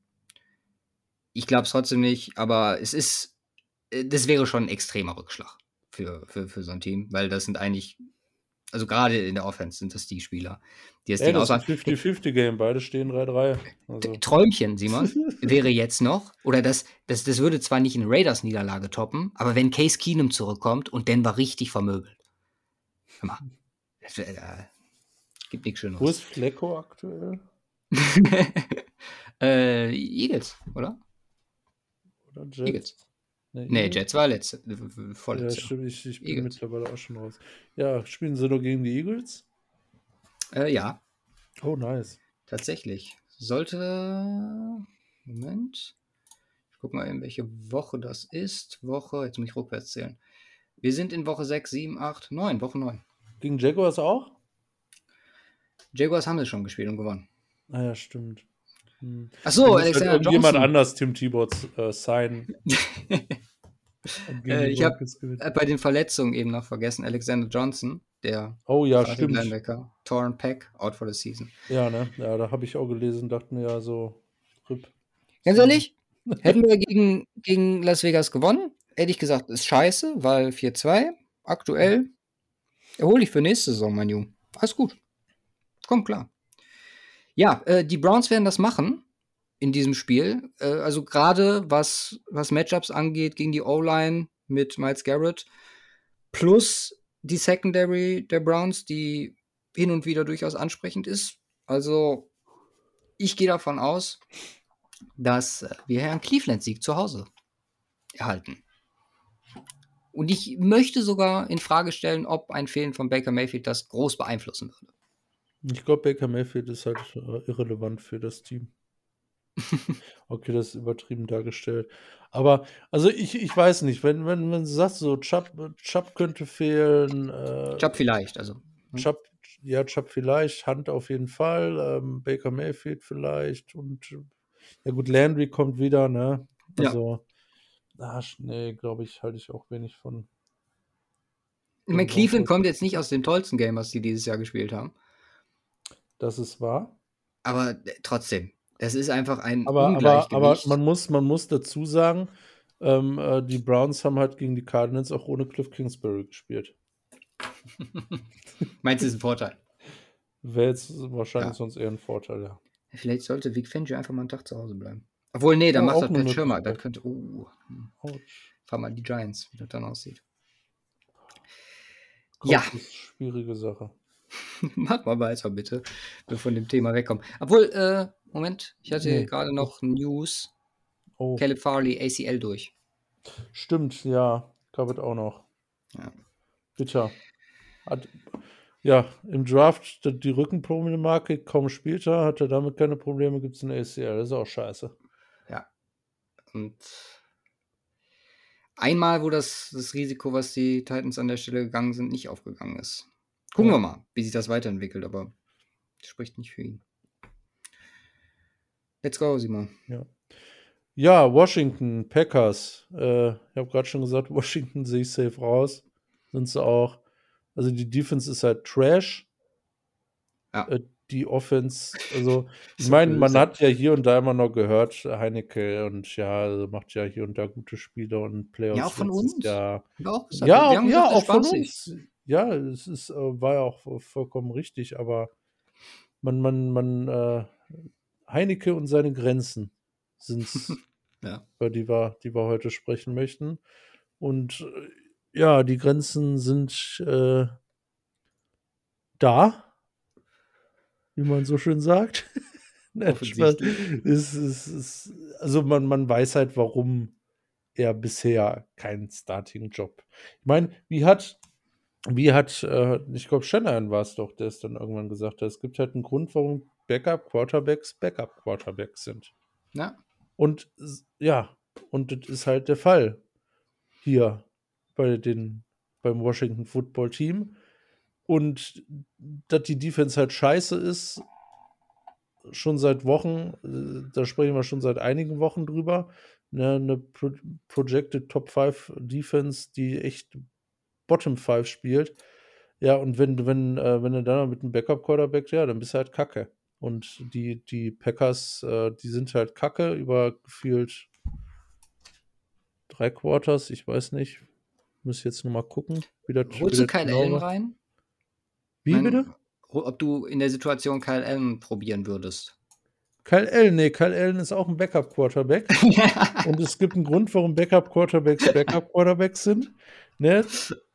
Ich glaube es trotzdem nicht, aber es ist, das wäre schon ein extremer Rückschlag für, für, für so ein Team, weil das sind eigentlich, also gerade in der Offense sind das die Spieler, die das Ey, Ding das ausmachen. ist ein fünfzig fünfzig Game, beide stehen drei drei. Also. Träumchen, Simon, wäre jetzt noch, oder das, das, das würde zwar nicht eine Raiders-Niederlage toppen, aber wenn Case Keenum zurückkommt und Denver richtig vermöbelt. Hör mal, das, äh, gibt nichts Schöneres. Wo ist Flecko aktuell? äh, Eagles, oder? Oder Jets? Eagles. Nee, nee Eagles? Jets war letzte, vorletzte. Ja, stimmt, ich, ich bin Eagles. mittlerweile auch schon raus. Ja, spielen sie nur gegen die Eagles? Äh, ja. Oh, nice. Tatsächlich. Sollte. Moment. Ich guck mal, in welche Woche das ist. Woche, jetzt muss ich rückwärts zählen. Wir sind in Woche sechs, sieben, acht, neun. Woche neun. Gegen Jaguars auch? Jaguars haben sie schon gespielt und gewonnen. Ah ja, stimmt. Hm. Achso, Alexander halt Johnson. Jemand anders Tim Tebow äh, sein. äh, ich habe äh, bei den Verletzungen eben noch vergessen. Alexander Johnson, der oh ja, stimmt. Linebacker, torn pec, out for the season. Ja, ne? Ja, da habe ich auch gelesen, dachte mir ja so, Rip. Ganz ehrlich, hätten wir gegen, gegen Las Vegas gewonnen, hätte ich gesagt, ist scheiße, weil vier zwei aktuell erhole ich für nächste Saison, mein Junge. Alles gut. Kommt klar. Ja, äh, die Browns werden das machen in diesem Spiel. Äh, also gerade was, was Matchups angeht gegen die O-Line mit Myles Garrett plus die Secondary der Browns, die hin und wieder durchaus ansprechend ist. Also ich gehe davon aus, dass wir einen Cleveland-Sieg zu Hause erhalten. Und ich möchte sogar in Frage stellen, ob ein Fehlen von Baker Mayfield das groß beeinflussen würde. Ich glaube, Baker Mayfield ist halt äh, irrelevant für das Team. Okay, das ist übertrieben dargestellt. Aber, also ich, ich weiß nicht, wenn, wenn, wenn du sagst, so Chubb, Chubb könnte fehlen. Äh, Chubb vielleicht, also. Hm? Chubb, ja, Chubb vielleicht, Hunt auf jeden Fall, ähm, Baker Mayfield vielleicht und ja gut, Landry kommt wieder, ne? Also, ja. ach, nee, glaube ich, halte ich auch wenig von. Ich meine, Cleveland kommt jetzt nicht aus dem tollsten Game, was sie dieses Jahr gespielt haben. Das ist wahr. Aber trotzdem, das ist einfach ein aber, Ungleichgewicht. Aber, aber man, muss, man muss dazu sagen, ähm, äh, die Browns haben halt gegen die Cardinals auch ohne Cliff Kingsbury gespielt. Meinst du, das ist ein Vorteil? Wäre jetzt wahrscheinlich ja. sonst eher ein Vorteil, ja. Vielleicht sollte Vic Fangio einfach mal einen Tag zu Hause bleiben. Obwohl, nee, dann ja, macht das Pat Schirmer. Das könnte, uh, fahr mal die Giants, wie das dann aussieht. Coach ja. ist eine schwierige Sache. Mach mal weiter, bitte, bevor wir von dem Thema wegkommen. Obwohl, äh, Moment, ich hatte Nee. gerade noch News. Oh. Caleb Farley, A C L durch. Stimmt, ja. Gab es auch noch. Ja. Bitter. Hat, ja, im Draft die Rückenproblematik, kaum spielt er, hat er damit keine Probleme, gibt es ein A C L. Das ist auch scheiße. Ja. Und einmal, wo das, das Risiko, was die Titans an der Stelle gegangen sind, nicht aufgegangen ist. Gucken Ja. wir mal, wie sich das weiterentwickelt, aber das spricht nicht für ihn. Let's go, Simon. Ja. Ja, Washington, Packers. Äh, ich habe gerade schon gesagt, Washington sehe ich safe raus. Sind sie auch. Also die Defense ist halt Trash. Ja. Äh, die Offense, also ich So meine, man böse. hat ja hier und da immer noch gehört, Heineke und ja, also macht ja hier und da gute Spiele und Playoffs Ja, auch von letztes uns. Jahr. Haben wir auch gesagt. Ja, wir auch, haben ja, gesagt, das ist auch von spaßig. uns. Ja, es ist, äh, war ja auch vollkommen richtig, aber man, man, man, äh, Heineke und seine Grenzen sind Ja. über die wir, die wir heute sprechen möchten. Und äh, ja, die Grenzen sind äh, da, wie man so schön sagt. Nein, Spaß. Offensichtlich. Es, es, es, also man, man weiß halt, warum er bisher keinen Starting-Job. Ich meine, wie hat, wie hat, äh, ich glaube, Shanahan war es doch, der es dann irgendwann gesagt hat, es gibt halt einen Grund, warum Backup-Quarterbacks Backup-Quarterbacks sind. Ja. Und s- ja, und das ist halt der Fall hier bei den, beim Washington Football Team. Und dass die Defense halt scheiße ist, schon seit Wochen, äh, da sprechen wir schon seit einigen Wochen drüber. Ne, eine Pro Projected Top fünf Defense, die echt Bottom fünf spielt. Ja, und wenn, wenn, äh, wenn du dann noch mit einem Backup-Quarterback, ja, dann bist du halt Kacke. Und die, die Packers, äh, die sind halt Kacke über gefühlt drei Quarters, ich weiß nicht. Muss jetzt nochmal gucken, wie das, wie Holst du das Kyle genau Allen war. rein? Wie Ich bitte? mein, ob du in der Situation Kyle Allen probieren würdest. Kyle Allen, nee, Kyle Allen ist auch ein Backup-Quarterback. Und es gibt einen Grund, warum Backup-Quarterbacks Backup-Quarterbacks sind. Ne?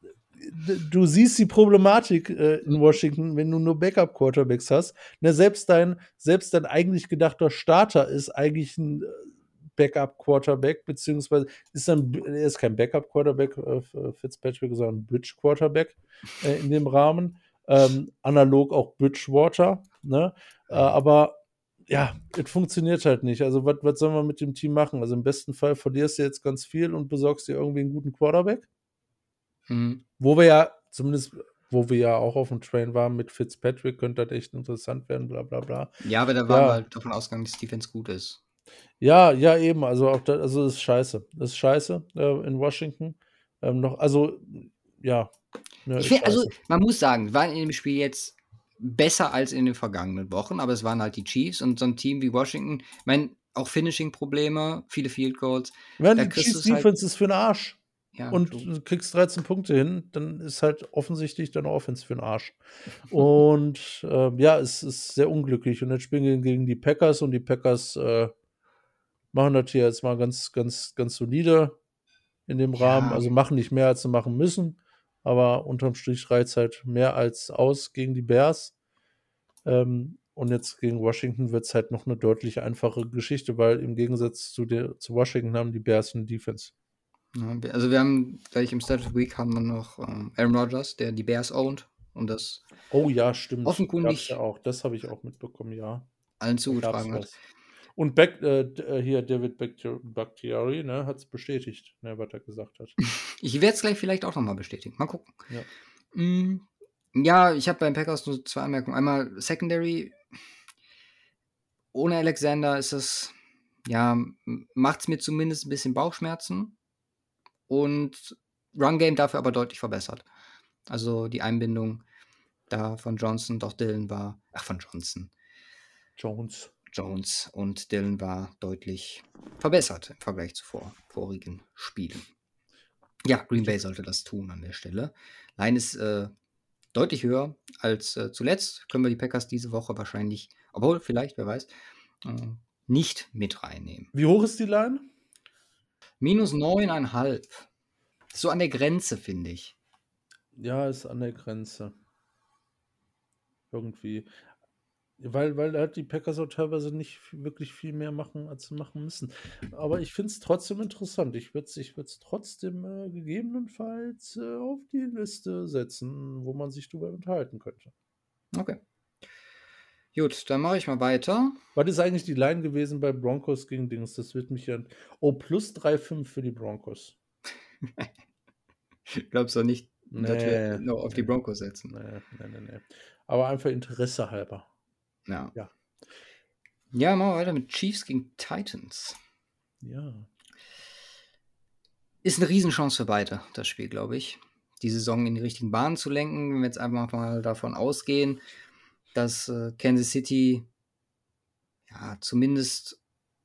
Du siehst die Problematik äh, in Washington, wenn du nur Backup-Quarterbacks hast. Ne, selbst, dein, selbst dein eigentlich gedachter Starter ist eigentlich ein äh, Backup-Quarterback, beziehungsweise ist dann, er ist kein Backup-Quarterback, äh, Fitzpatrick, sondern ein Bridge-Quarterback äh, in dem Rahmen. Ähm, analog auch Bridgewater. Ne? Äh, aber ja, es funktioniert halt nicht. Also, was was soll man mit dem Team machen? Also, im besten Fall verlierst du jetzt ganz viel und besorgst dir irgendwie einen guten Quarterback. Mhm. Wo wir ja, zumindest, wo wir ja auch auf dem Train waren mit Fitzpatrick, könnte das echt interessant werden, bla bla bla. Ja, aber da waren wir Ja, halt davon ausgegangen, dass die Defense gut ist. ja, ja, eben. Also, auch da, also das ist scheiße. Das ist scheiße äh, in Washington. Ähm, noch, also, ja, ne, Ich ist finde, also, scheiße. man muss sagen, wir waren in dem Spiel jetzt besser als in den vergangenen Wochen, aber es waren halt die Chiefs und so ein Team wie Washington, ich meine, auch Finishing-Probleme, viele Field Goals. Wenn Da die kriegst du Chiefs es halt, Defense ist für den Arsch ja, und true. du kriegst dreizehn Punkte hin, dann ist halt offensichtlich deine Offense für den Arsch. Und äh, ja, es ist sehr unglücklich. Und jetzt spielen wir gegen die Packers und die Packers äh, machen das hier jetzt mal ganz, ganz, ganz solide in dem Rahmen. Ja, Also machen nicht mehr, als sie machen müssen. Aber unterm Strich reizt halt mehr als aus gegen die Bears. Ähm, und jetzt gegen Washington wird es halt noch eine deutlich einfache Geschichte, weil im Gegensatz zu, der, zu Washington haben die Bears eine Defense. ja, wir- also wir haben gleich im Start of the Week haben wir noch ähm, Aaron Rodgers, der die Bears owned und das Oh ja, stimmt. Gab's ja offenkundig auch. Das habe ich auch mitbekommen, ja. allen Da gab's zugetragen hat. was. Und Beck, äh, d- äh, hier David Bakhti- Bakhtiari, ne, hat es bestätigt, ne, was er gesagt hat. Ich werde es gleich vielleicht auch nochmal bestätigen. Mal gucken. Ja. Mm, ja, ich habe beim Packers nur zwei Anmerkungen. Einmal Secondary. Ohne Alexander ist es, ja, macht es mir zumindest ein bisschen Bauchschmerzen. Und Run Game dafür aber deutlich verbessert. Also die Einbindung da von Johnson, doch Dylan war, ach von Johnson, Jones. Jones und Dylan war deutlich verbessert im Vergleich zu vor, vorigen Spielen. Ja, Green Bay sollte das tun an der Stelle. Line ist äh, deutlich höher als äh, zuletzt. Können wir die Packers diese Woche wahrscheinlich, obwohl vielleicht, wer weiß, äh, nicht mit reinnehmen. Wie hoch ist die Line? Minus neuneinhalb. So an der Grenze, finde ich. Ja, ist an der Grenze. Irgendwie. Weil weil halt die Packers auch teilweise nicht v wirklich viel mehr machen, als sie machen müssen. Aber ich finde es trotzdem interessant. Ich würde es ich würde es trotzdem, äh, gegebenenfalls, äh, auf die Liste setzen, wo man sich drüber unterhalten könnte. Okay. Gut, dann mache ich mal weiter. Was ist eigentlich die Line gewesen bei Broncos gegen Dings? Das wird mich ja oh, plus drei Komma fünf für die Broncos. Glaubst du nicht, dass wir Ne, noch auf die ne, Broncos setzen? ne, ne, ne, ne. Aber einfach Interesse halber. Ja. Ja. Ja, machen wir weiter mit Chiefs gegen Titans. Ja. Ist 'ne Riesenchance für beide, das Spiel, glaube ich, die Saison in die richtigen Bahnen zu lenken. Wenn wir jetzt einfach mal davon ausgehen, dass, äh, Kansas City ja, zumindest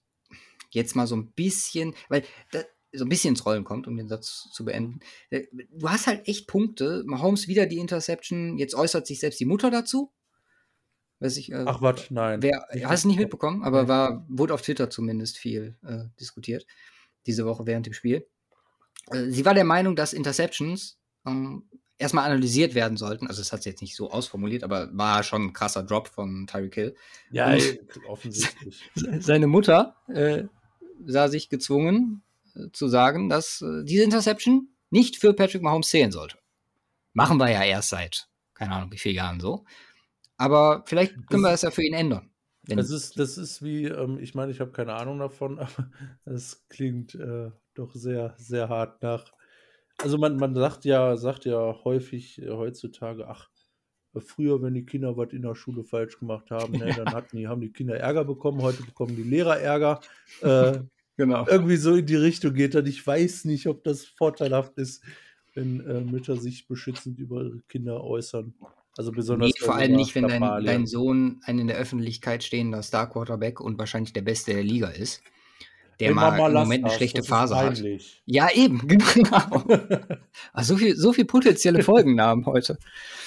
jetzt mal so 'n bisschen weil da so 'n bisschen ins Rollen kommt, um den Satz zu beenden. Äh, du hast halt echt Punkte. Mahomes wieder die Interception. Jetzt äußert sich selbst die Mutter dazu. Weiß ich, äh, Ach was, nein. wer Nicht hast du nicht mitbekommen. mitbekommen, aber Ne. war wurde auf Twitter zumindest viel, äh, diskutiert diese Woche während dem Spiel. Äh, sie war der Meinung, dass Interceptions, ähm, erst mal analysiert werden sollten. Also, das hat sie jetzt nicht so ausformuliert, aber war schon 'n krasser Drop von Tyreek Hill. Ja, Und ey, se offensichtlich. se seine Mutter, äh, sah sich gezwungen, äh, zu sagen, dass, äh, diese Interception nicht für Patrick Mahomes zählen sollte. Machen wir ja erst seit, keine Ahnung, wie viel Jahren so. Aber vielleicht können Das wir ist das ja für ihn ändern, das wenn ist das ist wie, ähm ich meine, ich habe keine Ahnung davon, aber es klingt, äh, doch sehr, sehr hart nach also, man man sagt ja sagt ja häufig, äh, heutzutage: „Ach, äh, früher, wenn die Kinder was in der Schule falsch gemacht haben, ne, dann Ja. hatten die haben die Kinder Ärger bekommen, heute bekommen die Lehrer Ärger.“ Äh, Genau. irgendwie so in die Richtung geht das. Ich weiß nicht, ob das vorteilhaft ist, wenn, äh, Mütter sich beschützend über ihre Kinder äußern. Also, Ne, besonders bei vor so allem 'ner nicht, wenn dein Lappalie. dein Sohn ein in der Öffentlichkeit stehender Star-Quarterback und wahrscheinlich der Beste der Liga ist, der Wenn mal Mama im lass Moment 'ne das, schlechte das ist Phase hat. peinlich. Ja, eben, genau. Ah, so viel so viel potenzielle Folgennamen heute.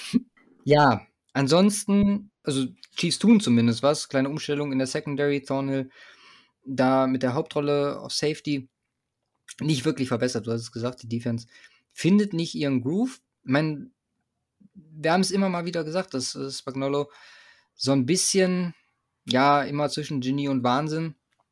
Ja, ansonsten also, Chiefs tun zumindest was. Kleine Umstellung in der Secondary. Thornhill da mit der Hauptrolle auf Safety nicht wirklich verbessert. Du hast es gesagt, die Defense findet nicht ihren Groove. Meine, wir haben's immer mal wieder gesagt, dass, äh, Spagnuolo so 'n bisschen, ja, immer zwischen Genie und Wahnsinn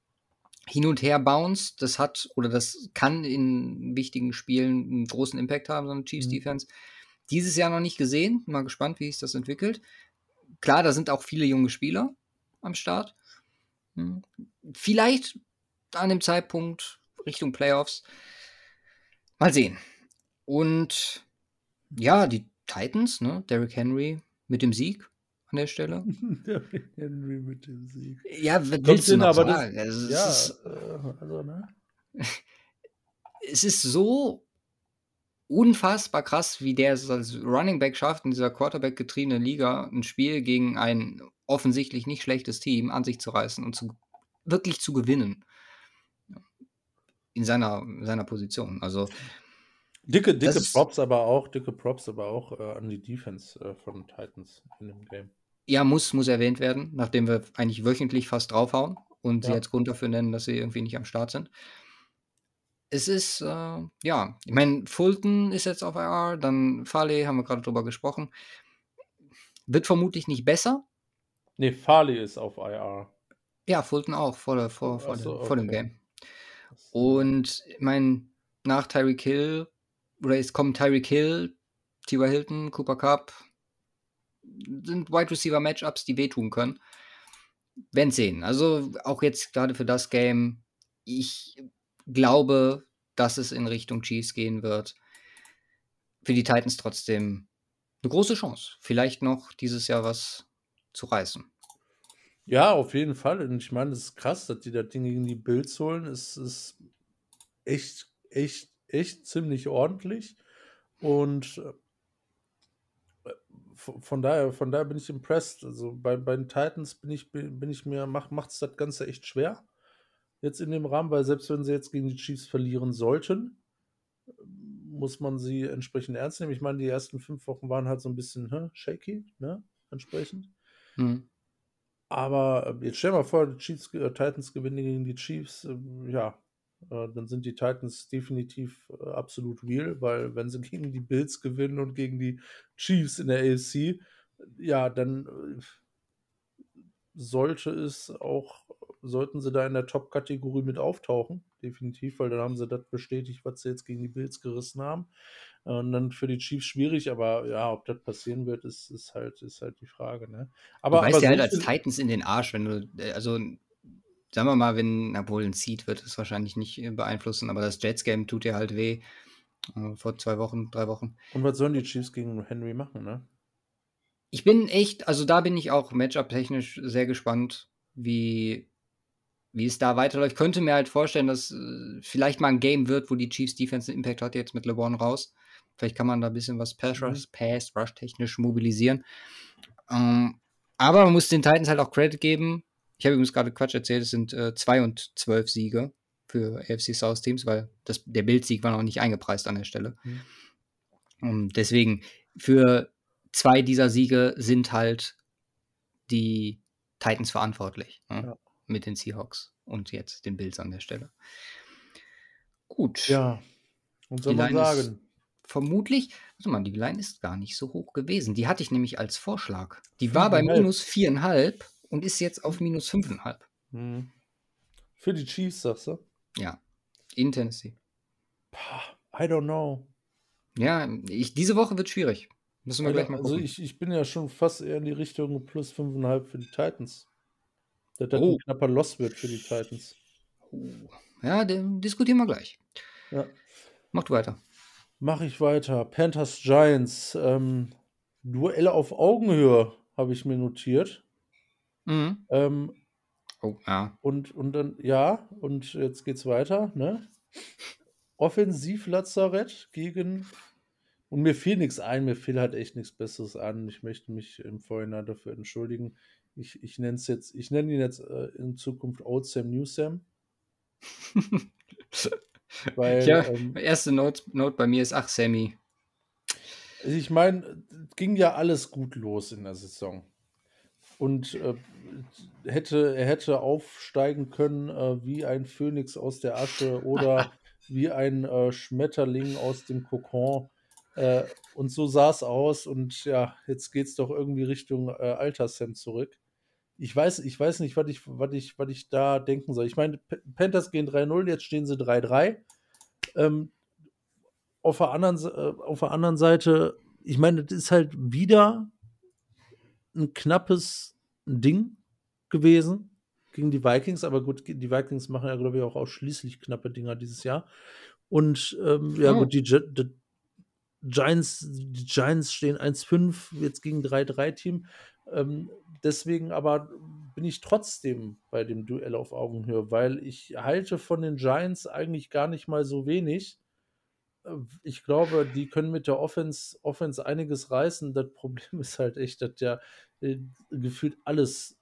hin und her bounced. Das hat oder das kann in wichtigen Spielen 'n großen Impact haben, so 'ne Chiefs Mhm. Defense. Dieses Jahr noch nicht gesehen. Mal gespannt, wie sich das entwickelt. Klar, da sind auch viele junge Spieler am Start. Hm, vielleicht an dem Zeitpunkt Richtung Playoffs. Mal sehen. Und ja, die Titans, ne, Derrick Henry mit dem Sieg an der Stelle. Derrick Henry mit dem Sieg. Ja, was Kommt willst du hin, noch aber das sagen? Also, es ja, ist äh, also, ne? es ist so unfassbar krass, wie der es als Running Back schafft, in dieser Quarterback-getriebenen Liga 'n Spiel gegen ein offensichtlich nicht schlechtes Team an sich zu reißen und zu wirklich zu gewinnen. In seiner in seiner Position. Also Dicke das dicke ist Props aber auch dicke Props aber auch, äh, an die Defense, äh, von Titans in dem Game. Ja, muss muss erwähnt werden, nachdem wir eigentlich wöchentlich fast draufhauen und sie Ja. als Grund dafür nennen, dass sie irgendwie nicht am Start sind. Es ist, äh ja, ich meine, Fulton ist jetzt auf IR, dann Farley, haben wir grade drüber gesprochen. Wird vermutlich nicht besser. Ne, Farley ist auf IR. Ja, Fulton auch vor der vor Oh, ach vor so, dem vor dem okay. Game. Das, ja. Und ich meine, nach Tyreek Hill oder jetzt kommen Tyreek Hill, T Y Hilton, Cooper Kupp sind Wide Receiver Matchups, die wehtun können. Werden sehen. Also, auch jetzt grade für das Game, ich glaube, dass es in Richtung Chiefs gehen wird. Für die Titans trotzdem 'ne große Chance, vielleicht noch dieses Jahr was zu reißen. Ja, auf jeden Fall. Und ich meine, das ist krass, dass die das Ding gegen die Bills holen. Es ist echt echt echt ziemlich ordentlich und, äh äh, v von daher von daher bin ich impressed. Also, bei bei den Titans bin ich bi bin ich mir macht macht's das Ganze echt schwer jetzt in dem Rahmen, weil selbst wenn sie jetzt gegen die Chiefs verlieren sollten, muss man sie entsprechend ernst nehmen. Ich meine, die ersten fünf Wochen waren halt so 'n bisschen, hä, shaky, ne, entsprechend. Mhm. Aber, äh, jetzt stell dir mal vor, die Chiefs äh, Titans gewinnen gegen die Chiefs, ähm, ja, äh, dann sind die Titans definitiv, äh, absolut real, weil wenn sie gegen die Bills gewinnen und gegen die Chiefs in der A F C, ja, dann, äh sollte es auch, sollten sie da in der Top-Kategorie mit auftauchen, definitiv, weil dann haben sie das bestätigt, was sie jetzt gegen die Bills gerissen haben. Und dann für die Chiefs schwierig, aber ja, ob das passieren wird, ist, ist halt, ist halt die Frage, ne? Du Aber, beißt aber dir so halt als viel, Titans in den Arsch, wenn du, äh, also sagen wir mal, wenn, obwohl ein Seed wird es wahrscheinlich nicht äh, beeinflussen, aber das Jets-Game tut dir halt weh. Äh, vor zwei Wochen, drei Wochen. und was sollen die Chiefs gegen Henry machen, ne? Ich bin echt, also da bin ich auch Matchup-technisch sehr gespannt, wie, wie es da weiterläuft. Ich könnte mir halt vorstellen, dass äh, vielleicht mal ein Game wird, wo die Chiefs Defense einen Impact hat, jetzt mit LeBron raus. Vielleicht kann man da ein bisschen was Pass-Rush, Pass-Rush-technisch mobilisieren. Ähm, aber man muss den Titans halt auch Credit geben. Ich habe übrigens gerade Quatsch erzählt, es sind äh, zwei und zwölf Siege für A F C South Teams, weil das, der Bild-Sieg war noch nicht eingepreist an der Stelle. Mhm. Und deswegen, für zwei dieser Siege sind halt die Titans verantwortlich, ne? Ja. Mit den Seahawks und jetzt den Bills an der Stelle. Gut. Ja, und soll Die man Line ist sagen, vermutlich, warte mal, die Line ist gar nicht so hoch gewesen. Die hatte ich nämlich als Vorschlag. Die war bei fünfeinhalb. minus viereinhalb und ist jetzt auf minus fünfeinhalb. Mhm. Für die Chiefs, sagst du? Ja, in Tennessee. Pah, I don't know. Ja, ich, diese Woche wird schwierig. Müssen wir Alter, gleich mal also gucken. ich, ich bin ja schon fast eher in die Richtung plus fünfeinhalb für die Titans. Dass das Oh. ein knapper Loss wird für die Titans. Oh. Ja, den diskutieren wir gleich. Ja. Mach du weiter. Mach ich weiter. Panthers Giants. Ähm, Duelle auf Augenhöhe habe ich mir notiert. Mhm. Ähm, Oh, ja. und, und dann, ja, und jetzt geht's weiter, ne? Offensiv-Lazarett gegen. Und mir fiel nichts ein, mir fiel halt echt nichts Besseres an. Ich möchte mich im Vorhinein dafür entschuldigen. Ich, ich nenne es jetzt, ich nenne ihn jetzt äh, in Zukunft Old Sam New Sam. Weil, Ja, ähm, erste Note, Note bei mir ist, ach, Sammy. ich meine, ging ja alles gut los in der Saison. Und äh, hätte, er hätte aufsteigen können äh, wie ein Phönix aus der Asche oder wie ein äh, Schmetterling aus dem Kokon. Äh, und so sah es aus. Und ja, jetzt geht es doch irgendwie Richtung äh, Alter-Sam zurück. Ich weiß, ich weiß nicht, was ich, was ich, was ich da denken soll. Ich meine, P- Panthers gehen drei null, jetzt stehen sie drei drei. Ähm, auf, der anderen, Se- äh, auf der anderen Seite, ich meine, das ist halt wieder ein knappes Ding gewesen gegen die Vikings, aber gut, die Vikings machen ja, glaube ich, auch ausschließlich knappe Dinger dieses Jahr. Und ähm, ja, Oh. gut, die, Gi- die Giants, die Giants stehen eins fünf jetzt gegen drei drei Team. Ähm, deswegen aber bin ich trotzdem bei dem Duell auf Augenhöhe, weil ich halte von den Giants eigentlich gar nicht mal so wenig. Äh, Ich glaube, die können mit der Offense, Offense einiges reißen. Das Problem ist halt echt, dass ja äh, gefühlt alles,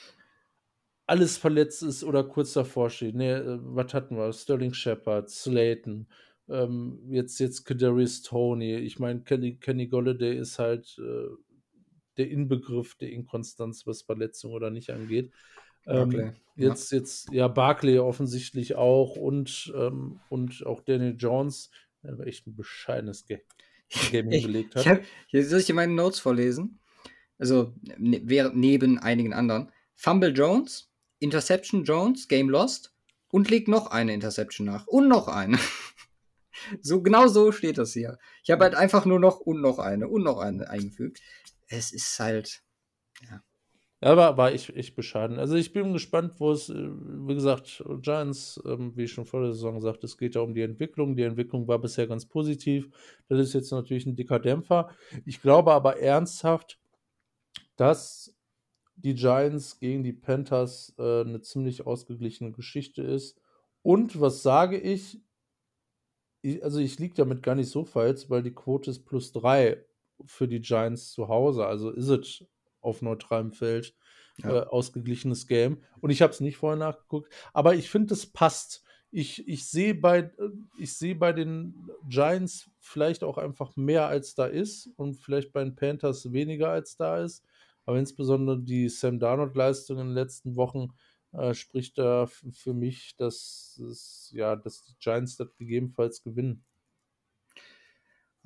alles verletzt ist oder kurz davor steht. Nee, äh, was hatten wir? Sterling Shepard, Slayton, ähm, jetzt, jetzt Kadarius Toney. Ich meine, Kenny, Kenny Golladay ist halt äh, der Inbegriff der Inkonstanz, was Verletzung oder nicht angeht. Barkley. Ähm, Ja. jetzt, jetzt, ja, Barkley offensichtlich auch und, ähm, und auch Daniel Jones, der echt ein bescheidenes Ga- Game Ich, hingelegt ich hat. hab, hier soll ich dir meine Notes vorlesen? Also ne, während, neben einigen anderen. Fumble Jones, Interception Jones, Game Lost und legt noch eine Interception nach. Und noch eine. So genau so steht das hier. Ich habe halt einfach nur noch und noch eine und noch eine eingefügt. Es ist halt. Ja, war, war ich echt bescheiden. Also ich bin gespannt, wo es, äh, wie gesagt, Giants, ähm, wie ich schon vor der Saison sagte, es geht ja um die Entwicklung. Die Entwicklung war bisher ganz positiv. Das ist jetzt natürlich ein dicker Dämpfer. Ich glaube aber ernsthaft, dass die Giants gegen die Panthers äh, eine ziemlich ausgeglichene Geschichte ist. Und was sage ich? ich also ich liege damit gar nicht so falsch, weil die Quote ist plus drei für die Giants zu Hause. Also ist es auf neutralem Feld äh, Ja. ausgeglichenes Game. Und ich habe es nicht vorher nachgeguckt. Aber ich finde, es passt. Ich, ich sehe bei, äh, ich sehe bei den Giants vielleicht auch einfach mehr, als da ist. Und vielleicht bei den Panthers weniger, als da ist. Aber insbesondere die Sam Darnold-Leistung in den letzten Wochen äh, spricht da f- für mich, dass, es, ja, dass die Giants das gegebenenfalls gewinnen.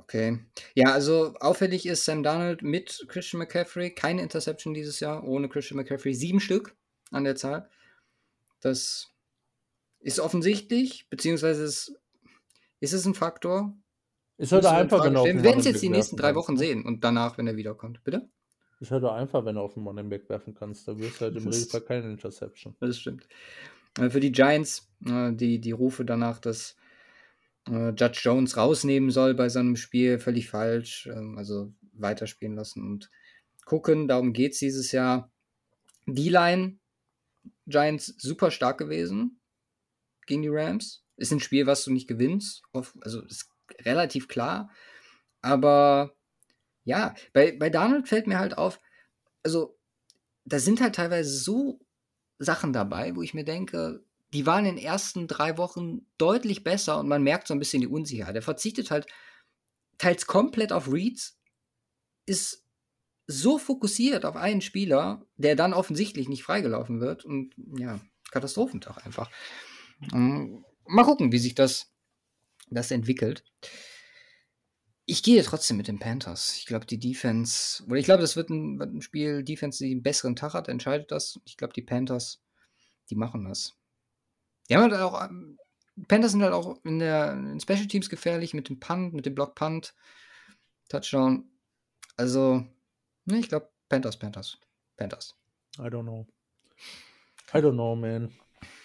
Okay. Ja, also auffällig ist Sam Darnold mit Christian McCaffrey. Keine Interception dieses Jahr, ohne Christian McCaffrey. Sieben Stück an der Zahl. Das ist offensichtlich, beziehungsweise ist, ist es ein Faktor? Ist halt Musst du in einfach, wenn Frage du auf stellen. den Wir werden es Running jetzt Back die nächsten werfen drei kannst, Wochen ne? sehen und danach, wenn er wiederkommt. Bitte? Ist halt auch einfach, wenn du auf den Running Back werfen kannst. Da wirst du halt im Das- Regelfall keine Interception. Das stimmt. Äh, Für die Giants, äh, die, die Rufe danach, dass äh, Judge Jones rausnehmen soll bei seinem Spiel, völlig falsch. Ähm, also weiterspielen lassen und gucken. Darum geht es dieses Jahr. D-Line, Giants super stark gewesen gegen die Rams. Ist ein Spiel, was du nicht gewinnst. Auf- Also ist relativ klar. Aber ja, bei, bei Darnold fällt mir halt auf, also da sind halt teilweise so Sachen dabei, wo ich mir denke, die waren in den ersten drei Wochen deutlich besser und man merkt so ein bisschen die Unsicherheit. Er verzichtet halt teils komplett auf Reads, ist so fokussiert auf einen Spieler, der dann offensichtlich nicht freigelaufen wird und ja, Katastrophentag einfach. Ähm, mal gucken, wie sich das, das entwickelt. Ich gehe trotzdem mit den Panthers. Ich glaube, die Defense, oder ich glaube, das wird ein, wird ein Spiel, Defense, die einen besseren Tag hat, entscheidet das. Ich glaube, die Panthers, die machen das. Die haben halt auch, ähm, Panthers sind halt auch in der in Special Teams gefährlich mit dem Punt, mit dem Block Punt, Touchdown. Also, ne, ich glaube, Panthers, Panthers, Panthers. I don't know. I don't know, man.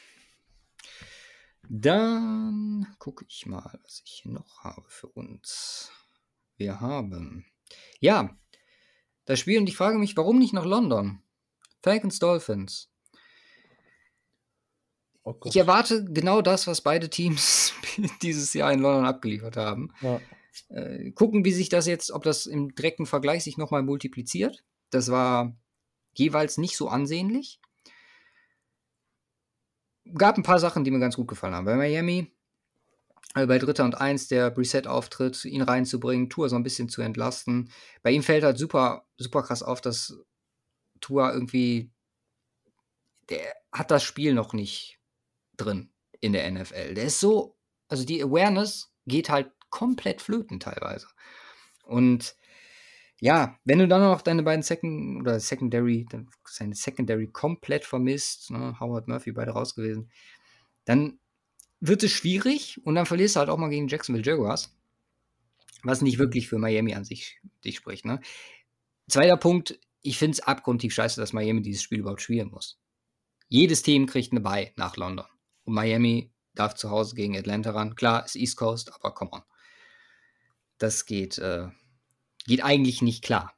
Dann gucke ich mal, was ich hier noch habe für uns. Wir haben, ja, das Spiel und ich frage mich, warum nicht nach London? Falcons, Dolphins. Oh Gott. Ich erwarte genau das, was beide Teams dieses Jahr in London abgeliefert haben. Ja. Äh, gucken, wie sich das jetzt, ob das im direkten Vergleich sich nochmal multipliziert. Das war jeweils nicht so ansehnlich. Gab ein paar Sachen, die mir ganz gut gefallen haben. Bei Miami, also bei Dritter und Eins, der Brissett-Auftritt, ihn reinzubringen, Tua so ein bisschen zu entlasten. Bei ihm fällt halt super, super krass auf, dass Tua irgendwie, der hat das Spiel noch nicht drin in der N F L. Der ist so, also die Awareness geht halt komplett flöten teilweise. Und ja, wenn du dann noch deine beiden Second oder Secondary, dann seine Secondary komplett vermisst, ne, Howard Murphy beide raus gewesen, dann wird es schwierig und dann verlierst du halt auch mal gegen Jacksonville Jaguars, was nicht wirklich für Miami an sich, sich spricht. Ne? Zweiter Punkt, ich finde es abgrundtief scheiße, dass Miami dieses Spiel überhaupt spielen muss. Jedes Team kriegt eine Bye nach London. Und Miami darf zu Hause gegen Atlanta ran. Klar, ist East Coast, aber come on. Das geht, äh, geht eigentlich nicht klar.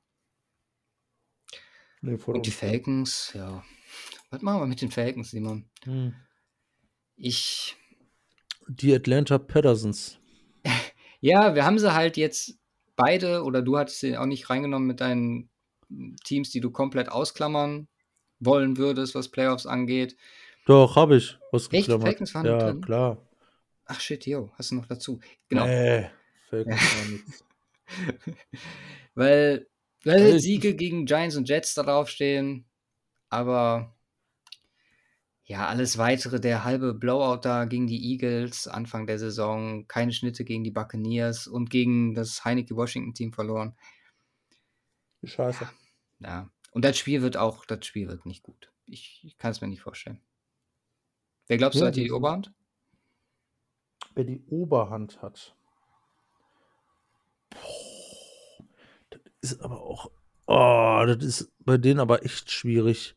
Nee, voll Und die unfair. Falcons, ja. Was machen wir mit den Falcons, Simon? Hm. Ich. Die Atlanta Pattersons. Ja, wir haben sie halt jetzt beide, oder du hattest sie auch nicht reingenommen mit deinen Teams, die du komplett ausklammern wollen würdest, was Playoffs angeht. Doch, habe ich Echt? ausgeklammert. Falcons waren Ja, drin? klar. Ach shit, yo, hast du noch dazu. Genau. Nee, Falcons waren nichts. Weil, weil Also halt ich- Siege gegen Giants und Jets da draufstehen, aber ja, alles weitere, der halbe Blowout da gegen die Eagles Anfang der Saison, keine Schnitte gegen die Buccaneers und gegen das Heineke-Washington-Team verloren. Scheiße. Ja, und das Spiel wird auch, das Spiel wird nicht gut. Ich, ich kann es mir nicht vorstellen. Wer glaubst du, Ja, hat hier die die sind- Oberhand? Wer die Oberhand hat. Das ist aber auch. Oh, das ist bei denen aber echt schwierig.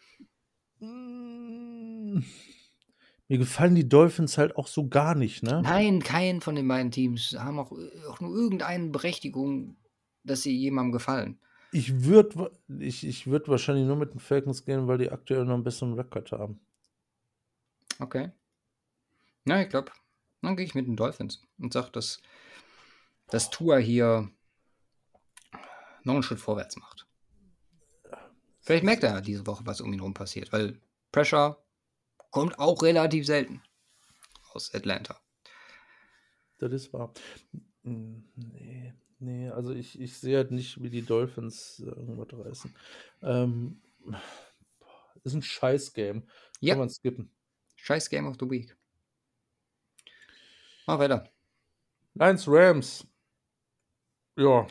Mm. Mir gefallen die Dolphins halt auch so gar nicht, ne? Nein, kein von den beiden Teams haben auch, auch nur irgendeine Berechtigung, dass sie jemandem gefallen. Ich würde ich, ich würd wahrscheinlich nur mit den Falcons gehen, weil die aktuell noch einen besseren Rekord haben. Okay. Na, ich glaube, dann gehe ich mit den Dolphins und sage, dass das Tua hier noch einen Schritt vorwärts macht. Vielleicht merkt er diese Woche, was um ihn rum passiert, weil Pressure kommt auch relativ selten aus Atlanta. Das ist wahr. Mm, Nee, nee, also ich, ich sehe halt nicht, wie die Dolphins äh, irgendwas reißen. Ähm, ist ein Scheiß-Game. Ja. Kann man skippen. Scheiß Game of the Week. Mach weiter. Lions Rams. Ja.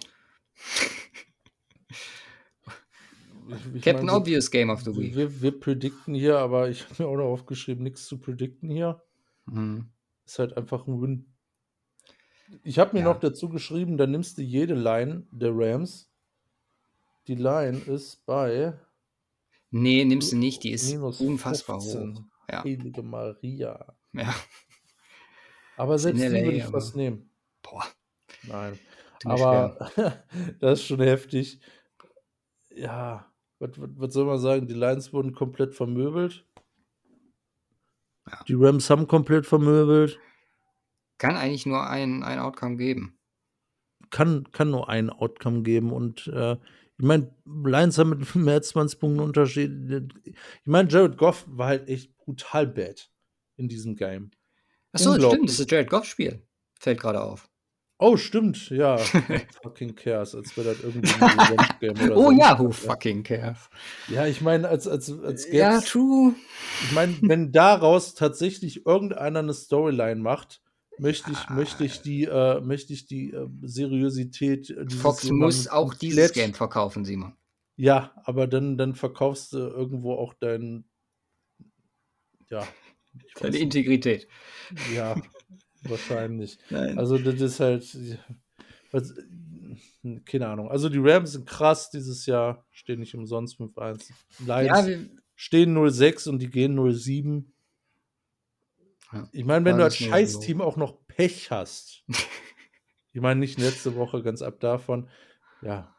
Ich, ich Captain mein, wir, Obvious Game of the Week. Wir, wir predikten hier, aber ich habe mir auch noch aufgeschrieben, nichts zu predikten hier. Mhm. Ist halt einfach ein Win. Ich habe mir Ja. noch dazu geschrieben, da nimmst du jede Line der Rams. Die Line ist bei. Nee, nimmst du nicht, die ist minus unfassbar fünfzehn. hoch. Ja. Heilige Maria. Ja. Aber Ist in selbst die L A, würde ich aber- fast nehmen. Boah. Nein. Tut mir Aber das ist schon heftig. Ja, was, was, was soll man sagen? Die Lions wurden komplett vermöbelt. Ja. Die Rams haben komplett vermöbelt. Kann eigentlich nur ein, ein Outcome geben. Kann, kann nur ein Outcome geben. Und äh, ich meine, Lions haben mit mehr als zwanzig Punkten Unterschied. Ich meine, Jared Goff war halt echt brutal bad in diesem Game. Achso, Unglaublich. stimmt, das ist das Jared Goff-Spiel. Fällt gerade auf. Oh, stimmt, ja. Who fucking cares, als wäre das irgendwie ein Revenge-Game oder so. Oh ja, who fucking cares. Ja, ich meine, als, als, als gäb's, Ja, true. Ich meine, wenn daraus tatsächlich irgendeiner eine Storyline macht, möchte ich, Ja. möchte ich die, äh, möchte ich die äh, Seriosität dieses Fox jemanden muss auch komplett- dieses Game verkaufen, Simon. Ja, aber dann, dann verkaufst du irgendwo auch dein, ja, ich weiß Deine nicht. Integrität. Ja, wahrscheinlich. Nein. Also das ist halt, was, keine Ahnung. Also die Rams sind krass dieses Jahr, stehen nicht umsonst fünf eins. Lions ja, wir, stehen null sechs und die gehen null sieben. Ja. Ich meine, wenn Ja, du das als ist nur Scheiß-Team auch noch Pech hast. Ich meine, nicht letzte Woche, ganz ab davon. Ja,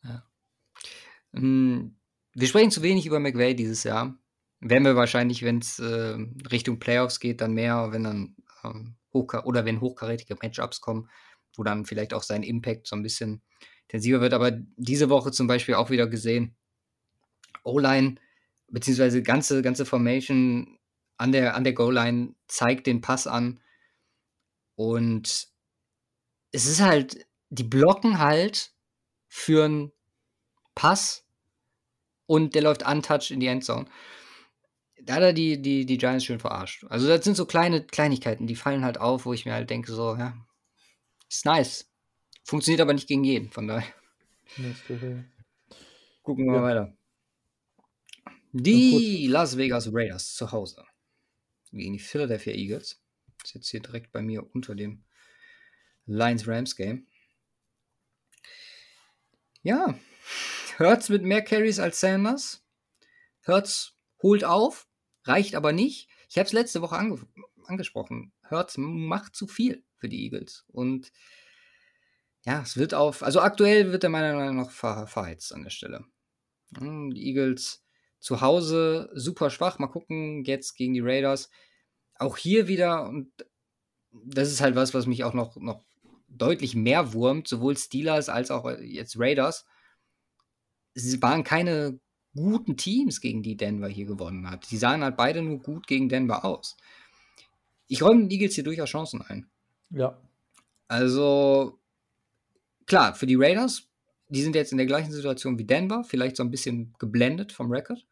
Mm, wir sprechen zu wenig über McVay dieses Jahr. Werden wir wahrscheinlich, wenn es äh, Richtung Playoffs geht, dann mehr, wenn dann ähm, hochka- oder wenn hochkarätige Matchups kommen, wo dann vielleicht auch sein Impact so ein bisschen intensiver wird. Aber diese Woche zum Beispiel auch wieder gesehen, O-Line beziehungsweise ganze ganze Formation an der an der Goal-Line zeigt den Pass an und es ist halt, die blocken halt für 'n Pass und der läuft untouched in die Endzone. Da hat er die die die Giants schön verarscht. Also, das sind so kleine Kleinigkeiten, die fallen halt auf, wo ich mir halt denke so, ja, ist nice. Funktioniert aber nicht gegen jeden, von daher nächste Woche. gucken wir Ja. mal weiter. Die Las Vegas Raiders zu Hause gegen die Philadelphia Eagles. Ist jetzt hier direkt bei mir unter dem Lions-Rams-Game. Ja, Hurts mit mehr Carries als Sanders. Hurts holt auf, reicht aber nicht. Ich habe es letzte Woche ange angesprochen. Hurts macht zu viel für die Eagles. Und ja, es wird auf, also aktuell wird er meiner Meinung nach ver verheizt an der Stelle. Hm, Die Eagles zu Hause super schwach. Mal gucken, jetzt gegen die Raiders. Auch hier wieder, und das ist halt was, was mich auch noch, noch deutlich mehr wurmt, sowohl Steelers als auch jetzt Raiders. Es waren keine guten Teams, gegen die Denver hier gewonnen hat. Die sahen halt beide nur gut gegen Denver aus. Ich räume den Eagles hier durchaus Chancen ein. Ja. Also, klar, für die Raiders, die sind jetzt in der gleichen Situation wie Denver, vielleicht so ein bisschen geblendet vom Record.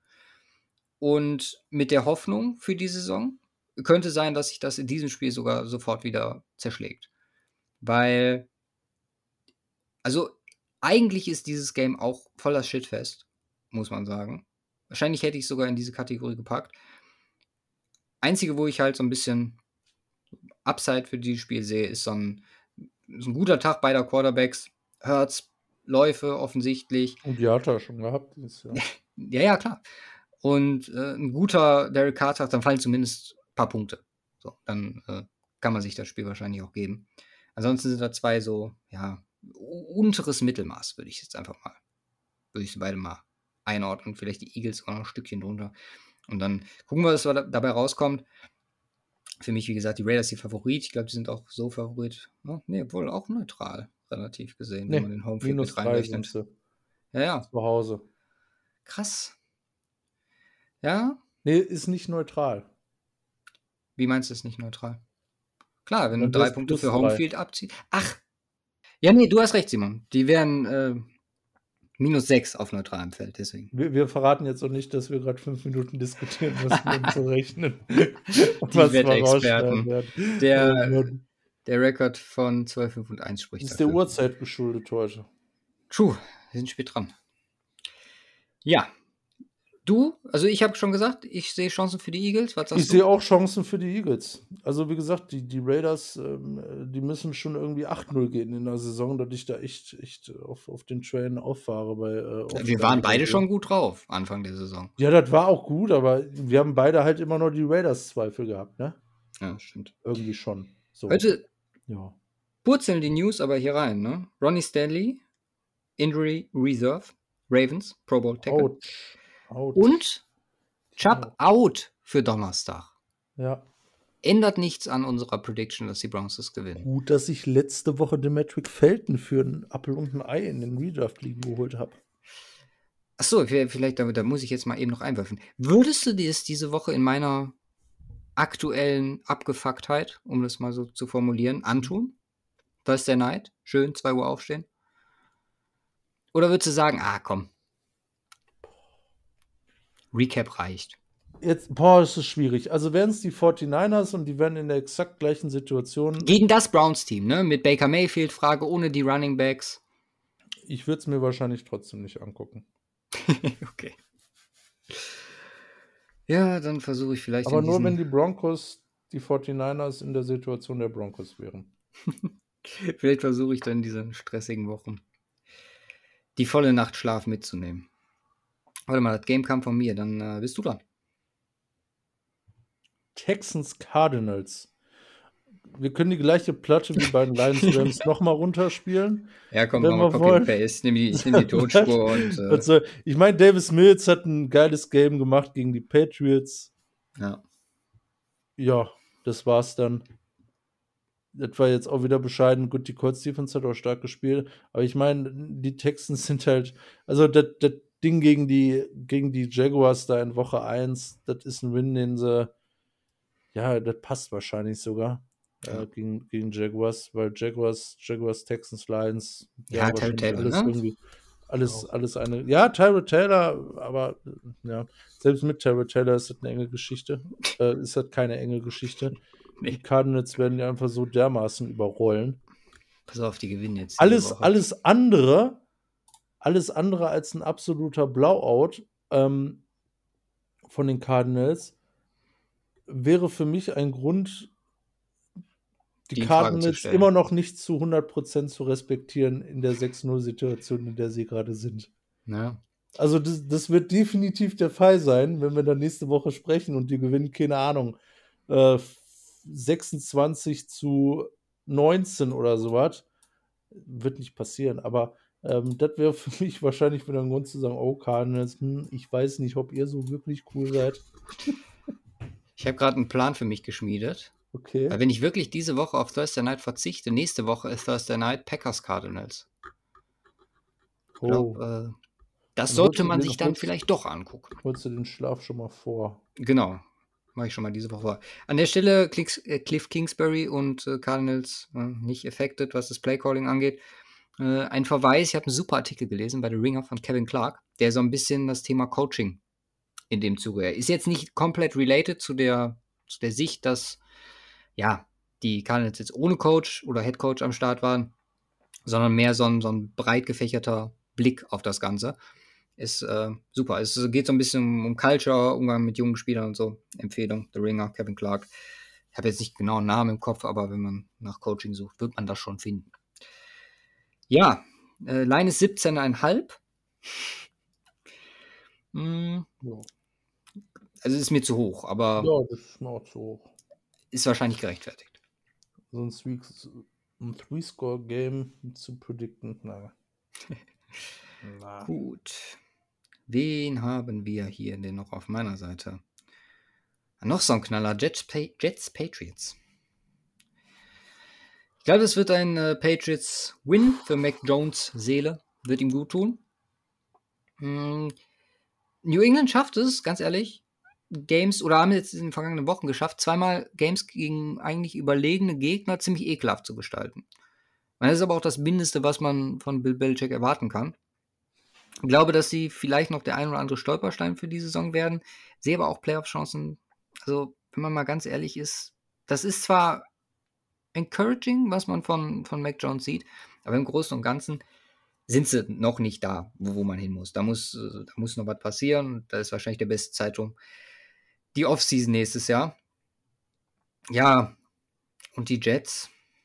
Und mit der Hoffnung für die Saison könnte sein, dass sich das in diesem Spiel sogar sofort wieder zerschlägt. Weil, also, eigentlich ist dieses Game auch voller Shitfest, muss man sagen. Wahrscheinlich hätte ich es sogar in diese Kategorie gepackt. Einzige, wo ich halt so ein bisschen Upside für dieses Spiel sehe, ist so ein, so ein guter Tag beider Quarterbacks. Hurts, Läufe offensichtlich. Und die hat er schon gehabt dieses Jahr. Ja, ja, klar. Und äh, ein guter Derek Carr Tag, dann fallen zumindest ein paar Punkte. So, dann äh, kann man sich das Spiel wahrscheinlich auch geben. Ansonsten sind da zwei so, ja, unteres Mittelmaß, würde ich jetzt einfach mal, würde ich sie beide mal einordnen. Vielleicht die Eagles auch noch ein Stückchen drunter. Und dann gucken wir, was da, dabei rauskommt. Für mich, wie gesagt, die Raiders die Favorit. Ich glaube, die sind auch so Favorit. Oh, nee, wohl auch neutral, relativ gesehen, Nee, wenn man den Homefield minus mit drei sind reinrechnet. sie Ja, ja, zu Hause. krass. Ja, Nee, ist nicht neutral. wie meinst du es nicht neutral? Klar, wenn Dann du drei wär's Punkte plus für drei. Homefield abziehst. Ach, ja, nee, du hast recht, Simon. Die wären äh, minus sechs auf neutralem Feld, deswegen. Wir, wir verraten jetzt auch nicht, dass wir gerade fünf Minuten diskutieren müssen, um zu rechnen, Die was wir Wettexperten. rausschneiden werden. Der, Oh Mann. Der Rekord von zwölf fünf und eins spricht Ist der dafür. Uhrzeit geschuldet heute. True, wir sind spät dran. Ja. Du, also ich habe schon gesagt, ich sehe Chancen für die Eagles. Was sagst Ich du? sehe auch Chancen für die Eagles. Also wie gesagt, die, die Raiders, ähm, die müssen schon irgendwie acht null gehen in der Saison, dass ich da echt, echt auf, auf den Train auffahre. Bei, äh, Wir waren beide schon gut drauf, Anfang der Saison. Ja, das war auch gut, aber wir haben beide halt immer noch die Raiders-Zweifel gehabt, ne? Ja, stimmt. Irgendwie schon. So. Heute ja. purzeln die News aber hier rein, ne? Ronnie Stanley, Injury Reserve, Ravens, Pro Bowl Tackle. Ouch. Ouch. Und Chubb Ouch. out für Donnerstag. Ja. Ändert nichts an unserer Prediction, dass die Browns das gewinnen. Gut, dass ich letzte Woche Demetric Felton für einen Apfel und ein Ei in den Redraft-Ligen geholt habe. Achso, vielleicht, da, da muss ich jetzt mal eben noch einwerfen. Würdest du dir es diese Woche in meiner aktuellen Abgefucktheit, um das mal so zu formulieren, antun? Thursday Night, schön, zwei Uhr aufstehen? Oder würdest du sagen, ah, komm, Recap reicht? Jetzt, boah, das ist schwierig. Also wären es die forty-niners und die wären in der exakt gleichen Situation. Gegen das Browns-Team, ne? Mit Baker Mayfield, Frage, ohne die Running Backs. Ich würde es mir wahrscheinlich trotzdem nicht angucken. Okay. Ja, dann versuche ich vielleicht. Aber nur, wenn die Broncos, die forty-niners in der Situation der Broncos wären. Vielleicht versuche ich dann in diesen stressigen Wochen die volle Nacht Schlaf mitzunehmen. Warte mal, das Game kam von mir, dann äh, bist du dran. Texans Cardinals. Wir können die gleiche Platte wie bei den Lions Rams nochmal runterspielen. Ja, komm, machen wir Copy and Paste. Ich nehme die, ich nehm die Tonspur. und, äh Ich meine, Davis Mills hat ein geiles Game gemacht gegen die Patriots. Ja. Ja, das war's dann. Das war jetzt auch wieder bescheiden. Gut, die Colts Defense hat auch stark gespielt. Aber ich meine, die Texans sind halt, also das, das Ding gegen die, gegen die Jaguars da in Woche eins, das ist ein Win, den sie, ja, das passt wahrscheinlich sogar ja. äh, gegen, gegen Jaguars, weil Jaguars, Jaguars, Texans, Lions, ja, ja Tyrod Taylor, alles ne? irgendwie, alles, alles eine, ja, Tyrod Taylor, aber ja, selbst mit Tyrod Taylor ist das eine enge Geschichte, äh, ist das keine enge Geschichte. Die Cardinals werden die einfach so dermaßen überrollen. Pass auf, die gewinnen jetzt. Alles, alles andere, alles andere als ein absoluter Blowout ähm, von den Cardinals wäre für mich ein Grund, die, die Cardinals immer noch nicht zu hundert Prozent zu respektieren in der sechs null Situation, in der sie gerade sind. Ja. Also das, das wird definitiv der Fall sein, wenn wir dann nächste Woche sprechen und die gewinnen, keine Ahnung, äh, sechsundzwanzig zu neunzehn oder sowas. Wird nicht passieren, aber ähm, das wäre für mich wahrscheinlich wieder ein Grund zu sagen, oh Cardinals, hm, ich weiß nicht, ob ihr so wirklich cool seid. Ich habe gerade einen Plan für mich geschmiedet. Okay. Weil wenn ich wirklich diese Woche auf Thursday Night verzichte, nächste Woche ist Thursday Night Packers Cardinals. Ich glaube, oh. äh, das dann sollte man sich dann vielleicht doch angucken. Holst du den Schlaf schon mal vor? Genau. Mache ich schon mal diese Woche. An der Stelle Cliff Kingsbury und äh, Cardinals äh, nicht affected, was das Playcalling angeht. Äh, ein Verweis, ich habe einen super Artikel gelesen bei The Ringer von Kevin Clark, der so ein bisschen das Thema Coaching in dem Zuge. Er ist jetzt nicht komplett related zu der, zu der Sicht, dass ja, die Cardinals jetzt ohne Coach oder Head Coach am Start waren, sondern mehr so ein, so ein breit gefächerter Blick auf das Ganze. Ist äh, super. Es geht so ein bisschen um Culture, Umgang mit jungen Spielern und so. Empfehlung, The Ringer, Kevin Clark. Ich habe jetzt nicht genau einen Namen im Kopf, aber wenn man nach Coaching sucht, wird man das schon finden. Ja, äh, Line ist siebzehn Komma fünf. hm. Ja. Also ist mir zu hoch, aber ja, das ist mir auch zu hoch. Ist wahrscheinlich gerechtfertigt. So ein Three-Score-Game zu predikten, naja. Na. Gut. Wen haben wir hier denn noch auf meiner Seite? Noch so ein Knaller. Jets, pa- Jets Patriots. Ich glaube, es wird ein äh, Patriots-Win für Mac Jones Seele. Wird ihm gut tun. Hm. New England schafft es, ganz ehrlich, Games, oder haben jetzt in den vergangenen Wochen geschafft, zweimal Games gegen eigentlich überlegene Gegner ziemlich ekelhaft zu gestalten. Das ist aber auch das Mindeste, was man von Bill Belichick erwarten kann. Ich glaube, dass sie vielleicht noch der ein oder andere Stolperstein für die Saison werden. Sehe aber auch Playoff-Chancen. Also, wenn man mal ganz ehrlich ist, das ist zwar encouraging, was man von, von Mac Jones sieht. Aber im Großen und Ganzen sind sie noch nicht da, wo, wo man hin muss. Da muss, äh, da muss noch was passieren. Da ist wahrscheinlich der beste Zeitraum die Offseason nächstes Jahr. Ja, und die Jets.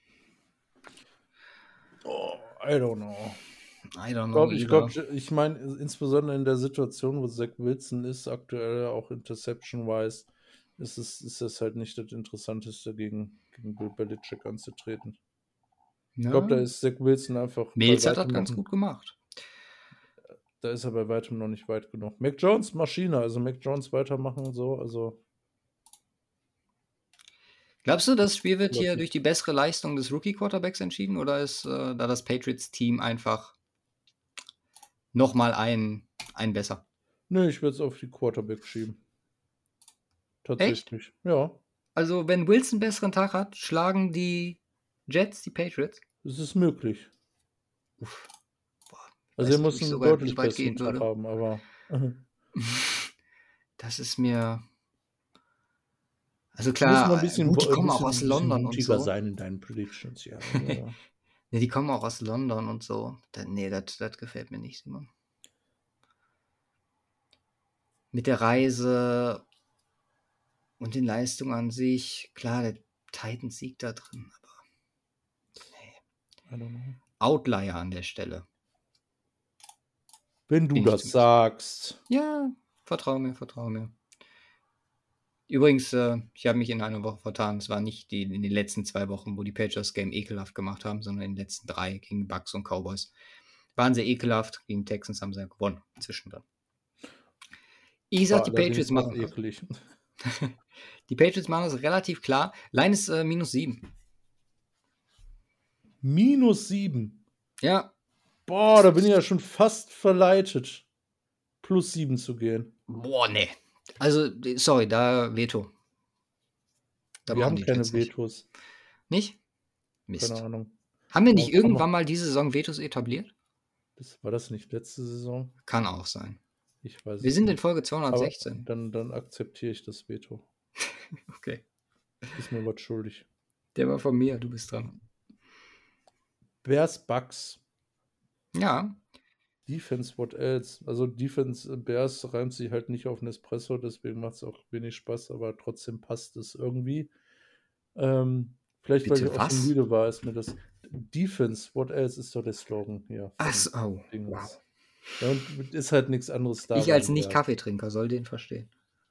Oh, I don't know. I don't Ich know glaube, ich, either. glaub, ich meine, insbesondere in der Situation, wo Zach Wilson ist, aktuell auch Interception-wise, ist es, ist es halt nicht das Interessanteste, gegen, gegen Bill Belichick anzutreten. Ich glaube, da Ja, ist Zach Wilson einfach bei Mills hat das weitem ganz noch, gut gemacht. da ist er bei weitem noch nicht weit genug. Mac Jones, Maschine, also Mac Jones weitermachen und so, also Glaubst du, das Spiel wird hier relativ. durch die bessere Leistung des Rookie-Quarterbacks entschieden oder ist äh, da das Patriots-Team einfach nochmal ein, ein besser? Nö, ich würde es auf die Quarterback schieben. Echt? Tatsächlich, ja. Also, wenn Wilson einen besseren Tag hat, schlagen die Jets die Patriots? Es ist möglich. Uff. Boah, ich Also weiß er nicht, ob muss ich einen sogar so deutlich weit besseren gehen Tag würde. haben, aber Das ist mir. Also du musst mal ein klar, äh, bisschen, gut, die ein kommen auch bisschen, aus ein bisschen London und mutiger so. sein in deinen Predictions, ja. Also, Ne, die kommen auch aus London und so. Da, nee, das gefällt mir nicht, Simon. Mit der Reise und den Leistungen an sich, klar, der Titans-Sieg da drin, aber I don't know. Outlier an der Stelle. Wenn du Bin ich das zumindest. sagst. Ja, vertrau mir, vertrau mir. Übrigens, äh, ich habe mich in einer Woche vertan. Es war nicht die, in den letzten zwei Wochen, wo die Patriots Game ekelhaft gemacht haben, sondern in den letzten drei gegen Bucks und Cowboys. Waren sie ekelhaft. Gegen Texans haben sie ja gewonnen zwischendrin. Ich sag, War die allerdings Patriots auch machen das. eklig. Die Patriots machen das relativ klar. Line ist äh, minus sieben. Minus sieben. Ja, Boah, da bin ich ja schon fast verleitet, plus sieben zu gehen. boah, nee. Also, sorry, da Veto. Da Wir machen haben die keine Jets nicht. Vetos. Nicht? Keine Mist. Ahnung. Haben wir nicht Kann man- irgendwann mal diese Saison Vetos etabliert? Das, war das nicht letzte Saison? Kann auch sein. Ich weiß Wir es sind in nicht. Folge Aber zweihundertsechzehn. dann, dann akzeptiere ich das Veto. Okay. Ist mir was schuldig. Der war von mir, du bist dran. Bears Bucks. Ja, Defense, what else? Also Defense äh, Bears reimt sich halt nicht auf Nespresso, deswegen macht es auch wenig Spaß, aber trotzdem passt es irgendwie. Ähm, vielleicht, weil Bitte ich auch schon was? müde war, ist mir das Defense, what else ist doch der Slogan hier. Ach von so, oh, Dings. wow. Ja, und ist halt nichts anderes da. Ich bei als den Bears. Nicht-Kaffeetrinker soll den verstehen.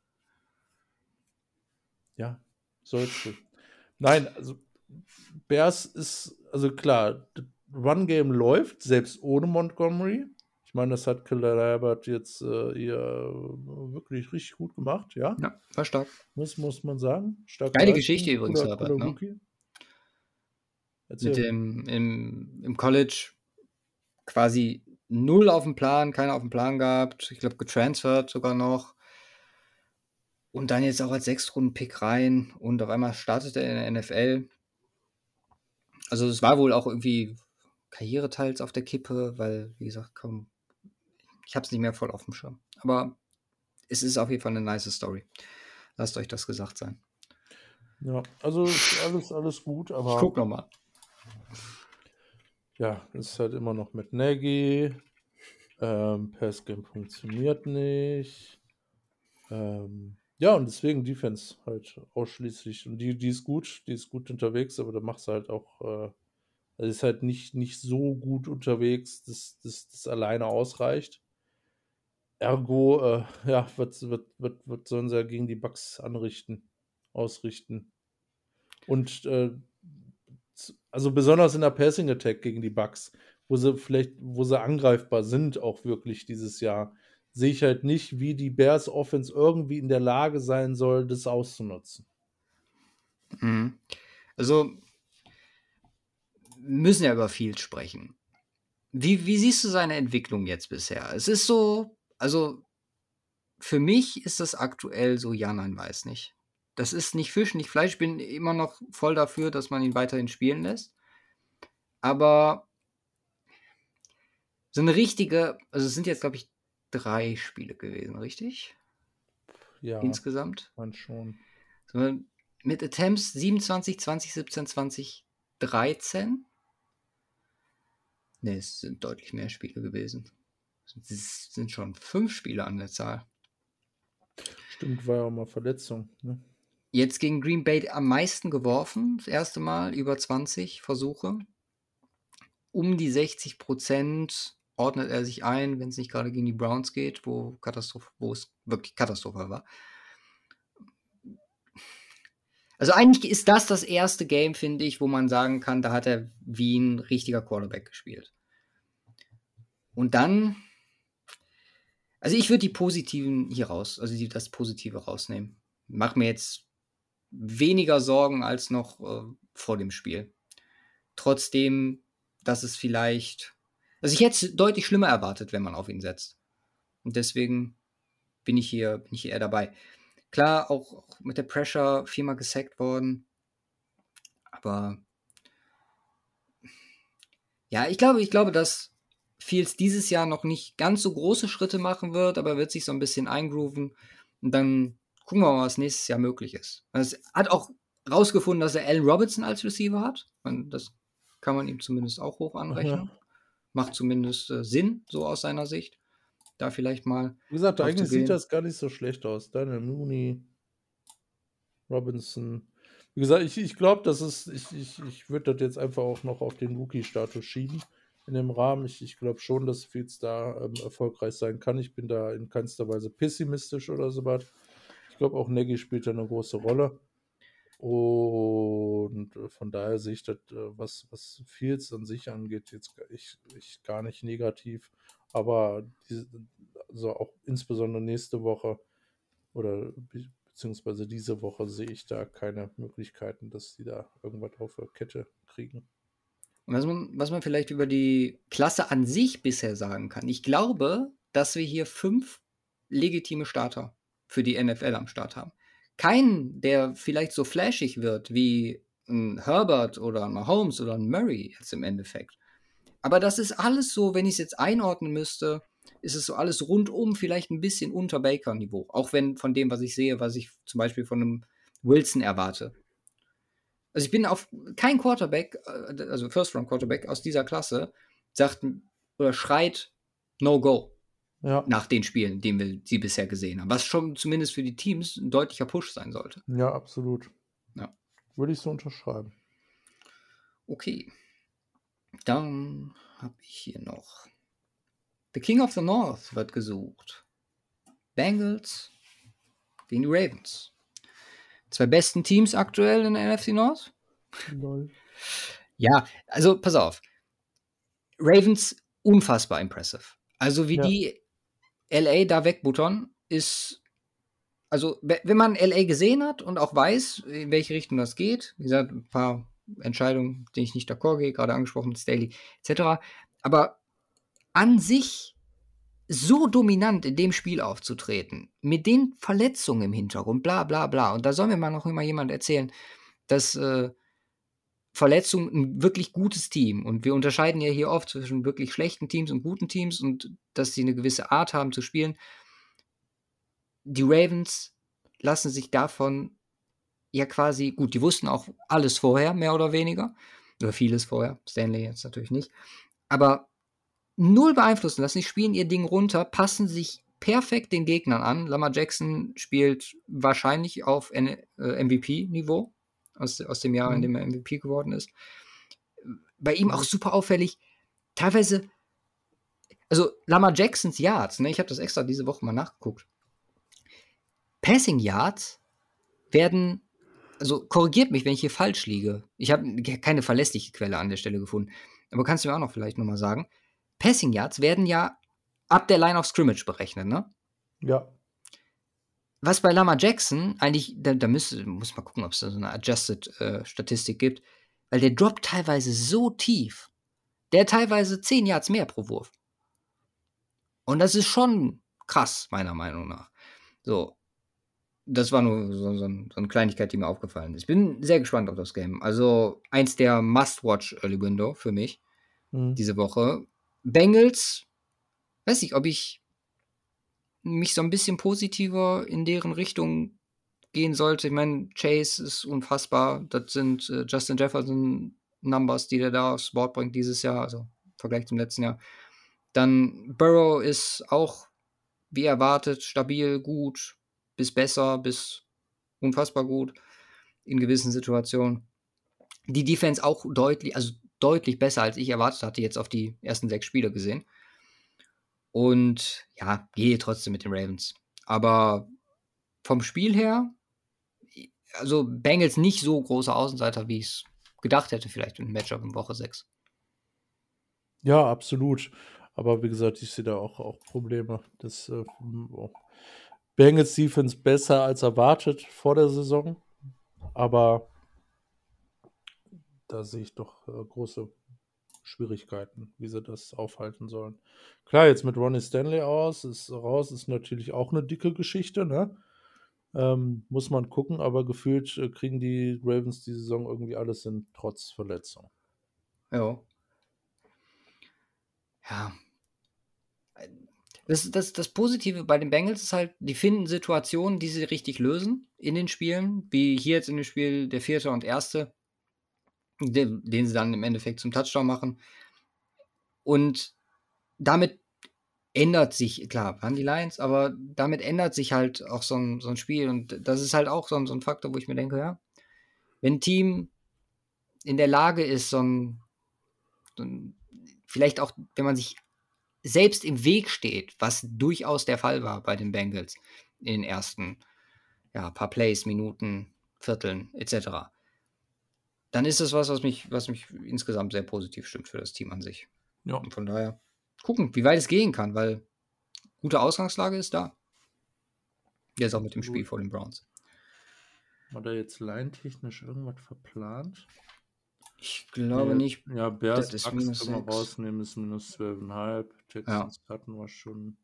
Ja, sollst du. Nein, also Bears ist, also klar, das Run-Game läuft, selbst ohne Montgomery. Ich meine, das hat Khalil Herbert jetzt äh, ihr wirklich richtig gut gemacht, ja. Ja, war stark. Muss, muss man sagen. Starke Geile Leistung, Geschichte übrigens, cooler, Herbert, cooler ne? Rookie. Mit Erzähl. dem im, im College quasi null auf dem Plan, keiner auf dem Plan gehabt. Ich glaube, getransfert sogar noch. Und dann jetzt auch als Sechstrunden-Pick rein und auf einmal startet er in der N F L. Also es war wohl auch irgendwie Karriereteils auf der Kippe, weil, wie gesagt, kaum, ich habe es nicht mehr voll auf dem Schirm. Aber es ist auf jeden Fall eine nice Story. Lasst euch das gesagt sein. Ja, also ist alles, alles gut, Ich aber guck nochmal. ja, es ist halt immer noch mit Nagy. Ähm, Passgame funktioniert nicht. Ähm, ja, und deswegen Defense halt ausschließlich. Und die, die ist gut, die ist gut unterwegs, aber da machst du halt auch, äh, also ist halt nicht, nicht so gut unterwegs, dass das alleine ausreicht. Ergo, äh, ja, was, was, was, was sollen sie ja gegen die Bucks anrichten, ausrichten? Und äh, z- also besonders in der Passing Attack gegen die Bucks, wo sie vielleicht, wo sie angreifbar sind, auch wirklich dieses Jahr, sehe ich halt nicht, wie die Bears Offense irgendwie in der Lage sein soll, das auszunutzen. Mhm. Also, wir müssen ja über Fields sprechen. Wie, wie siehst du seine Entwicklung jetzt bisher? Es ist so, also für mich ist das aktuell so, ja, nein, weiß nicht. Das ist nicht Fisch, nicht Fleisch. Ich bin immer noch voll dafür, dass man ihn weiterhin spielen lässt. Aber so eine richtige, also es sind jetzt, glaube ich, drei Spiele gewesen, richtig? Ja, Insgesamt. man schon. So eine mit Attempts siebenundzwanzig, zwanzig, siebzehn, zwanzig, dreizehn. Ne, es sind deutlich mehr Spiele gewesen. Es sind schon fünf Spiele an der Zahl. Stimmt, war ja auch mal Verletzung, ne? Jetzt gegen Green Bay am meisten geworfen, das erste Mal, über zwanzig Versuche. Um die sechzig Prozent ordnet er sich ein, wenn es nicht gerade gegen die Browns geht, wo, Katastroph- wo es wirklich katastrophal war. Also eigentlich ist das das erste Game, finde ich, wo man sagen kann, da hat er wie ein richtiger Quarterback gespielt. Und dann, also ich würde die Positiven hier raus, also die, das Positive rausnehmen. Mach mir jetzt weniger Sorgen als noch äh, vor dem Spiel. Trotzdem, dass es vielleicht, also ich hätte es deutlich schlimmer erwartet, wenn man auf ihn setzt. Und deswegen bin ich hier, bin ich hier eher dabei. Klar, auch, auch mit der Pressure viermal gesackt worden. Aber ja, ich glaube, ich glaube, dass Fields dieses Jahr noch nicht ganz so große Schritte machen wird, aber er wird sich so ein bisschen eingrooven. Und dann gucken wir mal, was nächstes Jahr möglich ist. Es hat auch rausgefunden, dass er Allen Robinson als Receiver hat. Und das kann man ihm zumindest auch hoch anrechnen. Ja. Macht zumindest äh, Sinn, so aus seiner Sicht. Da vielleicht mal. Wie gesagt, drauf eigentlich zu gehen. sieht das gar nicht so schlecht aus. Daniel Mooney, Robinson. Wie gesagt, ich, ich glaube, das ist, ich, ich, ich würde das jetzt einfach auch noch auf den Rookie-Status schieben in dem Rahmen. Ich, ich glaube schon, dass Fields da ähm, erfolgreich sein kann. Ich bin da in keinster Weise pessimistisch oder so was. Ich glaube auch Nagy spielt da eine große Rolle. Und von daher sehe ich das, was, was Fields an sich angeht, jetzt ich, ich gar nicht negativ. Aber diese, also auch insbesondere nächste Woche oder be- beziehungsweise diese Woche sehe ich da keine Möglichkeiten, dass die da irgendwas auf der Kette kriegen. Und was man, was man vielleicht über die Klasse an sich bisher sagen kann. Ich glaube, dass wir hier fünf legitime Starter für die N F L am Start haben. Keinen, der vielleicht so flashig wird wie ein Herbert oder ein Mahomes oder ein Murray jetzt im Endeffekt. Aber das ist alles so, wenn ich es jetzt einordnen müsste, ist es so alles rundum vielleicht ein bisschen unter Baker-Niveau. Auch wenn von dem, was ich sehe, was ich zum Beispiel von einem Wilson erwarte. Also ich bin auf kein Quarterback, äh, also First-Round-Quarterback aus dieser Klasse, sagt oder schreit No-Go Ja, nach den Spielen, die wir sie bisher gesehen haben. Was schon zumindest für die Teams ein deutlicher Push sein sollte. ja, absolut. Ja. Würde ich so unterschreiben. Okay. Dann habe ich hier noch The King of the North wird gesucht. Bengals gegen die Ravens. Zwei besten Teams aktuell in der N F C North. Lol. Ja, also pass auf. Ravens unfassbar impressive. Also wie Ja. die L A da wegbuttern, ist, also we- wenn man L A gesehen hat und auch weiß, in welche Richtung das geht, wie gesagt, ein paar Entscheidungen, denen ich nicht d'accord gehe, gerade angesprochen mit Staley et cetera. Aber an sich so dominant in dem Spiel aufzutreten, mit den Verletzungen im Hintergrund, bla bla bla. Und da soll mir mal noch immer jemand erzählen, dass äh, Verletzung ein wirklich gutes Team, und wir unterscheiden ja hier oft zwischen wirklich schlechten Teams und guten Teams und dass sie eine gewisse Art haben zu spielen. Die Ravens lassen sich davon ja quasi, gut, die wussten auch alles vorher, mehr oder weniger, oder vieles vorher, Stanley jetzt natürlich nicht, aber null beeinflussen lassen, sie spielen ihr Ding runter, passen sich perfekt den Gegnern an. Lamar Jackson spielt wahrscheinlich auf N- äh, M V P-Niveau aus, aus dem Jahr, in Mhm. dem er M V P geworden ist. Bei ihm auch super auffällig, teilweise, also Lamar Jacksons Yards, ne, ich habe das extra diese Woche mal nachgeguckt. Passing Yards werden, also korrigiert mich, wenn ich hier falsch liege. Ich habe keine verlässliche Quelle an der Stelle gefunden. Aber kannst du mir auch noch vielleicht nochmal sagen? Passing Yards werden ja ab der Line of Scrimmage berechnet, ne? Ja. Was bei Lamar Jackson eigentlich, da, da müsste, muss man gucken, ob es da so eine Adjusted äh, Statistik gibt, weil der droppt teilweise so tief. Der hat teilweise zehn Yards mehr pro Wurf. Und das ist schon krass, meiner Meinung nach. So. Das war nur so, so, ein, so eine Kleinigkeit, die mir aufgefallen ist. Ich bin sehr gespannt auf das Game. Also eins der Must-Watch Early Window für mich Mhm. diese Woche. Bengals, weiß nicht, ob ich mich so ein bisschen positiver in deren Richtung gehen sollte. Ich meine, Chase ist unfassbar. Das sind äh, Justin Jefferson Numbers, die der da aufs Board bringt dieses Jahr, also im Vergleich zum letzten Jahr. Dann Burrow ist auch, wie erwartet, stabil, gut, bis besser, bis unfassbar gut in gewissen Situationen. Die Defense auch deutlich, also deutlich besser, als ich erwartet hatte, jetzt auf die ersten sechs Spiele gesehen. Und ja, gehe trotzdem mit den Ravens. Aber vom Spiel her, also Bengals nicht so große Außenseiter, wie ich es gedacht hätte, vielleicht im Matchup in Woche sechs. Ja, absolut. Aber wie gesagt, ich sehe da auch, auch Probleme. Das äh, oh. Bengals Defense besser als erwartet vor der Saison. Aber da sehe ich doch äh, große Schwierigkeiten, wie sie das aufhalten sollen. Klar, jetzt mit Ronnie Stanley aus, ist raus, ist natürlich auch eine dicke Geschichte, ne? Ähm, muss man gucken, aber gefühlt äh, kriegen die Ravens die Saison irgendwie alles hin, trotz Verletzung. Ja. Ja. Das, das, das Positive bei den Bengals ist halt, die finden Situationen, die sie richtig lösen in den Spielen, wie hier jetzt in dem Spiel der vierte und erste, den, den sie dann im Endeffekt zum Touchdown machen. Und damit ändert sich, klar, waren die Lions, aber damit ändert sich halt auch so ein, so ein Spiel. Und das ist halt auch so ein, so ein Faktor, wo ich mir denke, ja, wenn ein Team in der Lage ist, so ein, so ein vielleicht auch, wenn man sich selbst im Weg steht, was durchaus der Fall war bei den Bengals in den ersten ja, paar Plays, Minuten, Vierteln et cetera, dann ist das was, was mich, was mich insgesamt sehr positiv stimmt für das Team an sich. Ja. Und von daher gucken, wie weit es gehen kann, weil gute Ausgangslage ist da. Jetzt auch mit dem Spiel vor den Browns. War da jetzt line-technisch irgendwas verplant? Ich glaube Nee, nicht. Ja, Bears, das ist Bucks minus können wir sechs. rausnehmen, ist minus zwölf Komma fünf. Texans hatten wir schon.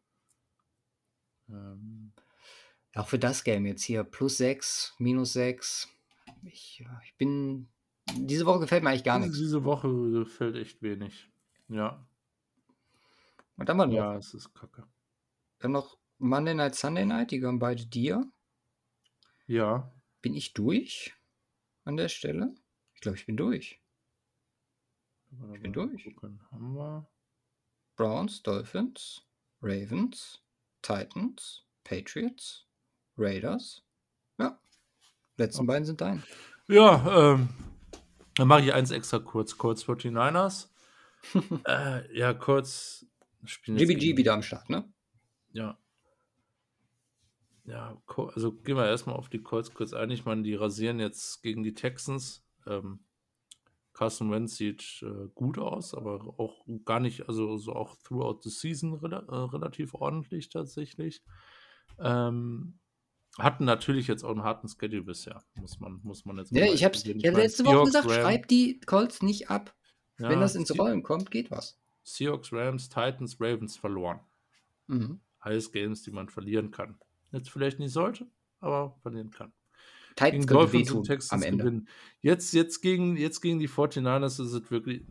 Ähm, Auch für das Game jetzt hier plus sechs, minus sechs. Ich, ja, ich bin. Diese Woche gefällt mir eigentlich gar nichts. Diese Woche gefällt echt wenig. Ja. Und dann mal noch. Ja, es ist kacke. Dann noch Monday Night, Sunday Night, die gehören beide dir. Ja. Bin ich durch an der Stelle? Ich glaube, ich bin durch. Ich bin durch. Gucken. Haben wir. Browns, Dolphins, Ravens, Titans, Patriots, Raiders. Ja. Letzten okay. beiden sind dein. Ja, ähm, dann mache ich eins extra kurz. Colts forty-niners. äh, ja, kurz. G B G wieder am Start, ne? Ja. Ja, also gehen wir erstmal auf die Colts kurz ein. Ich meine, die rasieren jetzt gegen die Texans. Ähm, Carson Wentz sieht äh, gut aus, aber auch gar nicht, also so auch throughout the season re- äh, relativ ordentlich tatsächlich. Ähm, hatten natürlich jetzt auch einen harten Schedule bisher, muss man, muss man jetzt mal Ja, ich hab's ja letzte Woche gesagt, Rams, schreib die Colts nicht ab. Ja, wenn das ins Rollen kommt, geht was. Seahawks, Rams, Titans, Ravens verloren. Mhm. Alles Games, die man verlieren kann. Jetzt vielleicht nicht sollte, aber verlieren kann. Titans gegen Dolphins und Texans am Ende. Gewinnen. Jetzt, jetzt, gegen, jetzt gegen die forty-niners ist es wirklich.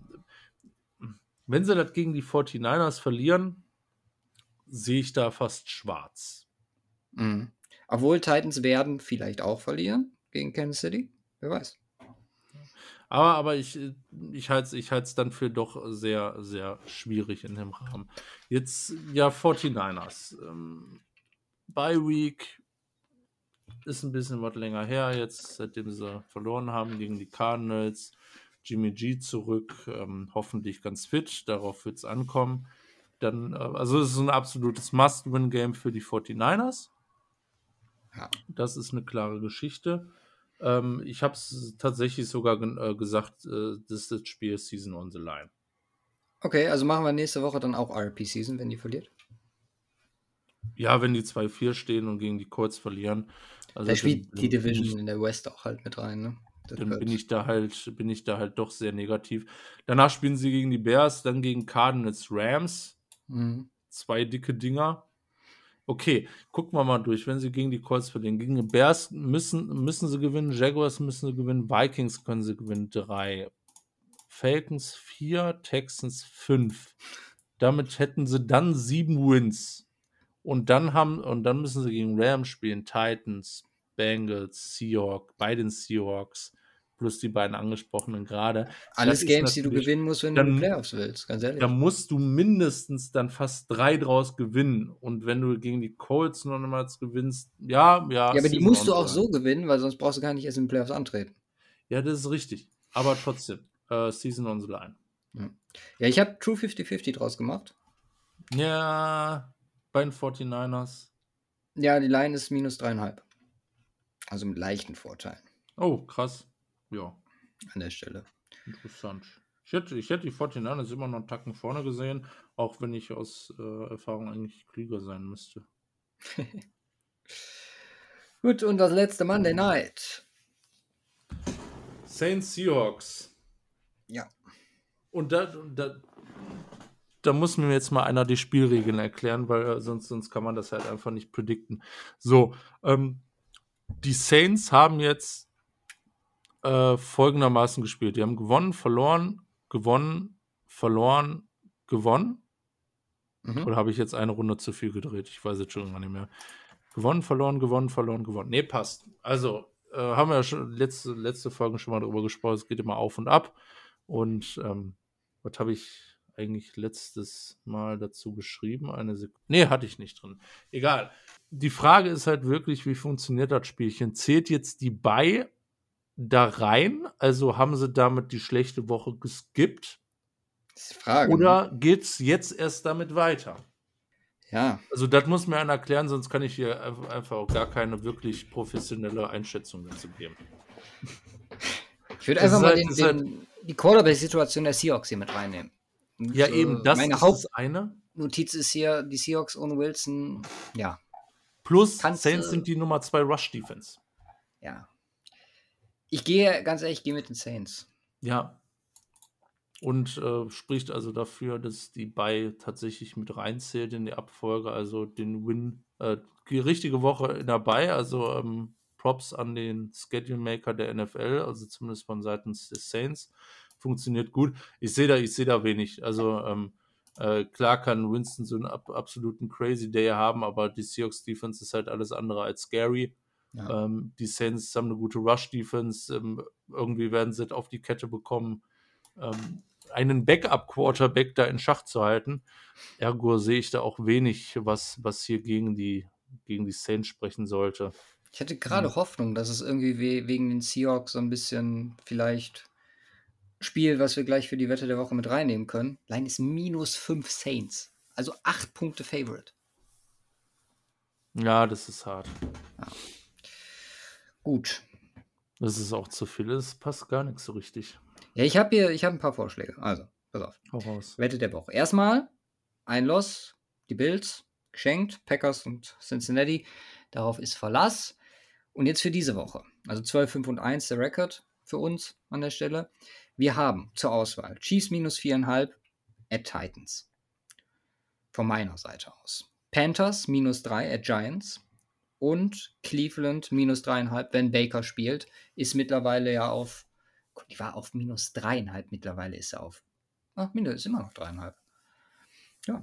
Wenn sie das gegen die forty-niners verlieren, sehe ich da fast schwarz. Mhm. Obwohl Titans werden vielleicht auch verlieren gegen Kansas City. Wer weiß. Aber, aber ich, ich halte es ich halt's dann für doch sehr, sehr schwierig in dem Rahmen. Jetzt, ja, forty-niners. Ähm, Bye Week ist ein bisschen was länger her jetzt, seitdem sie verloren haben gegen die Cardinals. Jimmy G zurück, ähm, hoffentlich ganz fit, darauf wird es ankommen. Dann, äh, also es ist ein absolutes Must-Win-Game für die forty-niners. Ja. Das ist eine klare Geschichte. Ähm, ich habe es tatsächlich sogar ge- äh, gesagt, äh, das ist das Spiel Season on the Line. Okay, also machen wir nächste Woche dann auch R P Season, wenn die verliert? Ja, wenn die zwei vier stehen und gegen die Colts verlieren. Also da spielt die Division ich, in der West auch halt mit rein, ne? Das dann bin ich da halt, bin ich da halt doch sehr negativ. Danach spielen sie gegen die Bears, dann gegen Cardinals, Rams. Mhm. Zwei dicke Dinger. Okay, gucken wir mal durch. Wenn sie gegen die Colts verlieren, gegen die Bears müssen, müssen sie gewinnen, Jaguars müssen sie gewinnen, Vikings können sie gewinnen, drei. Falcons vier, Texans fünf. Damit hätten sie dann sieben Wins. Und dann haben, und dann müssen sie gegen Rams spielen, Titans, Bengals, Seahawks, bei den Seahawks, plus die beiden angesprochenen gerade. Alles Games, die du gewinnen musst, wenn du in die Playoffs willst, ganz ehrlich. Da musst du mindestens dann fast drei draus gewinnen. Und wenn du gegen die Colts noch einmal gewinnst, ja, ja. Ja, aber die musst du auch so gewinnen, weil sonst brauchst du gar nicht erst in den Playoffs antreten. Ja, das ist richtig. Aber trotzdem, äh, Season on the line. Ja, ich habe True fifty fifty draus gemacht. Ja, bei den forty-niners. Ja, die Line ist minus dreieinhalb. Also mit leichten Vorteilen. Oh, krass. Ja. An der Stelle. Interessant. Ich hätte, ich hätte die forty-niners immer noch einen Tacken vorne gesehen, auch wenn ich aus äh, Erfahrung eigentlich klüger sein müsste. Gut, und das letzte Monday Night. Saints Seahawks. Ja. Und da, da, da muss mir jetzt mal einer die Spielregeln erklären, weil äh, sonst, sonst kann man das halt einfach nicht predikten. So, ähm, die Saints haben jetzt äh, folgendermaßen gespielt. Die haben gewonnen, verloren, gewonnen, verloren, gewonnen. Mhm. Oder habe ich jetzt eine Runde zu viel gedreht? Ich weiß jetzt schon gar nicht mehr. Gewonnen, verloren, gewonnen, verloren, gewonnen. Nee, passt. Also, äh, haben wir ja schon letzte, letzte Folgen schon mal darüber gesprochen. Es geht immer auf und ab. Und ähm, was habe ich eigentlich letztes Mal dazu geschrieben? Eine Sekunde. Nee, hatte ich nicht drin. Egal. Die Frage ist halt wirklich, wie funktioniert das Spielchen? Zählt jetzt die Bye da rein? Also haben sie damit die schlechte Woche geskippt? Das ist die Frage. Oder geht es jetzt erst damit weiter? Ja. Also das muss mir einer erklären, sonst kann ich hier einfach auch gar keine wirklich professionelle Einschätzung dazu geben. Ich würde einfach mal halt, den, den, halt, die Quarterback-Situation der Seahawks hier mit reinnehmen. Und ja, eben, das meine ist das eine. Notiz ist hier, die Seahawks ohne Wilson, ja. Plus, Kannst, Saints äh, sind die Nummer zwei Rush-Defense. Ja. Ich gehe, ganz ehrlich, ich gehe mit den Saints. Ja. Und äh, spricht also dafür, dass die Bye tatsächlich mit reinzählt in die Abfolge, also den Win, äh, die richtige Woche in der Bye, also ähm, Props an den Schedule Maker der N F L, also zumindest von seitens des Saints, funktioniert gut. Ich sehe da, ich sehe da wenig. Also ähm, äh, klar kann Winston so einen ab, absoluten Crazy Day haben, aber die Seahawks Defense ist halt alles andere als scary. Ja. Ähm, die Saints haben eine gute Rush Defense, ähm, irgendwie werden sie es auf die Kette bekommen, ähm, einen Backup-Quarterback da in Schach zu halten. Ergo sehe ich da auch wenig, was, was hier gegen die, gegen die Saints sprechen sollte. Ich hatte gerade hm. Hoffnung, dass es irgendwie we- wegen den Seahawks so ein bisschen vielleicht Spiel, was wir gleich für die Wette der Woche mit reinnehmen können. Line ist minus fünf Saints. Also acht Punkte Favorite. Ja, das ist hart. Ja. Gut. Das ist auch zu viel. Das passt gar nicht so richtig. Ja, ich habe hier, ich habe ein paar Vorschläge. Also, pass auf. Hau raus. Wette der Woche. Erstmal ein Loss, die Bills, geschenkt, Packers und Cincinnati. Darauf ist Verlass. Und jetzt für diese Woche. Also zwölf, fünf und eins der Rekord für uns an der Stelle. Wir haben zur Auswahl Chiefs minus viereinhalb at Titans. Von meiner Seite aus. Panthers minus drei at Giants. Und Cleveland minus dreieinhalb, wenn Baker spielt. Ist mittlerweile ja auf Die war auf minus dreieinhalb, mittlerweile ist er auf. Ach, minus ist immer noch dreieinhalb. Ja.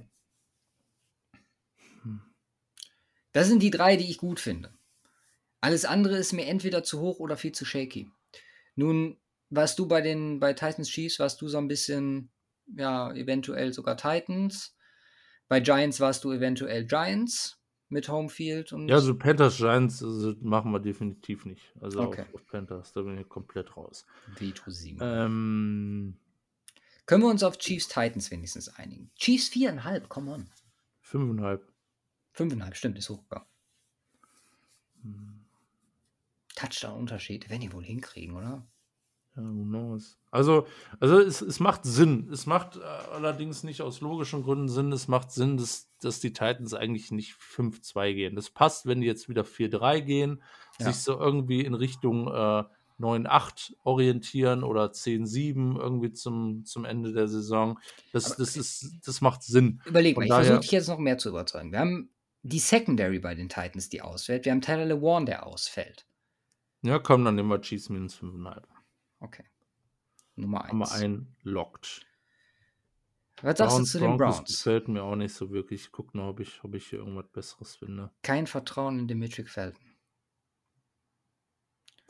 Das sind die drei, die ich gut finde. Alles andere ist mir entweder zu hoch oder viel zu shaky. Nun, warst du bei den bei Titans Chiefs, warst du so ein bisschen, ja, eventuell sogar Titans. Bei Giants warst du eventuell Giants mit Homefield. Und ja, also Panthers Giants also machen wir definitiv nicht. Also okay. auf, auf Panthers, da bin ich komplett raus. Veto-Sieg. Ähm, Können wir uns auf Chiefs Titans wenigstens einigen? Chiefs viereinhalb, come on. Fünfeinhalb. Fünfeinhalb, stimmt, ist hochgegangen. Hm. Touchdown-Unterschied, werden die wohl hinkriegen, oder? Ja, who knows. Also, also es, es macht Sinn. Es macht äh, allerdings nicht aus logischen Gründen Sinn. Es macht Sinn, dass, dass die Titans eigentlich nicht fünf zwei gehen. Das passt, wenn die jetzt wieder vier drei gehen, ja. sich so irgendwie in Richtung äh, neun acht orientieren oder zehn sieben irgendwie zum, zum Ende der Saison. Das, das, ist, das macht Sinn. Überleg mal, ich versuche dich jetzt noch mehr zu überzeugen. Wir haben die Secondary bei den Titans, die ausfällt. Wir haben Tyler LeWarn, der ausfällt. Ja, komm, dann nehmen wir Chiefs minus fünfeinhalb. Okay. Nummer eins. Haben wir einloggt. Was sagst du zu den Browns? Das gefällt mir auch nicht so wirklich. Ich guck noch, ob ich, ob ich hier irgendwas Besseres finde. Kein Vertrauen in Demetric Felton.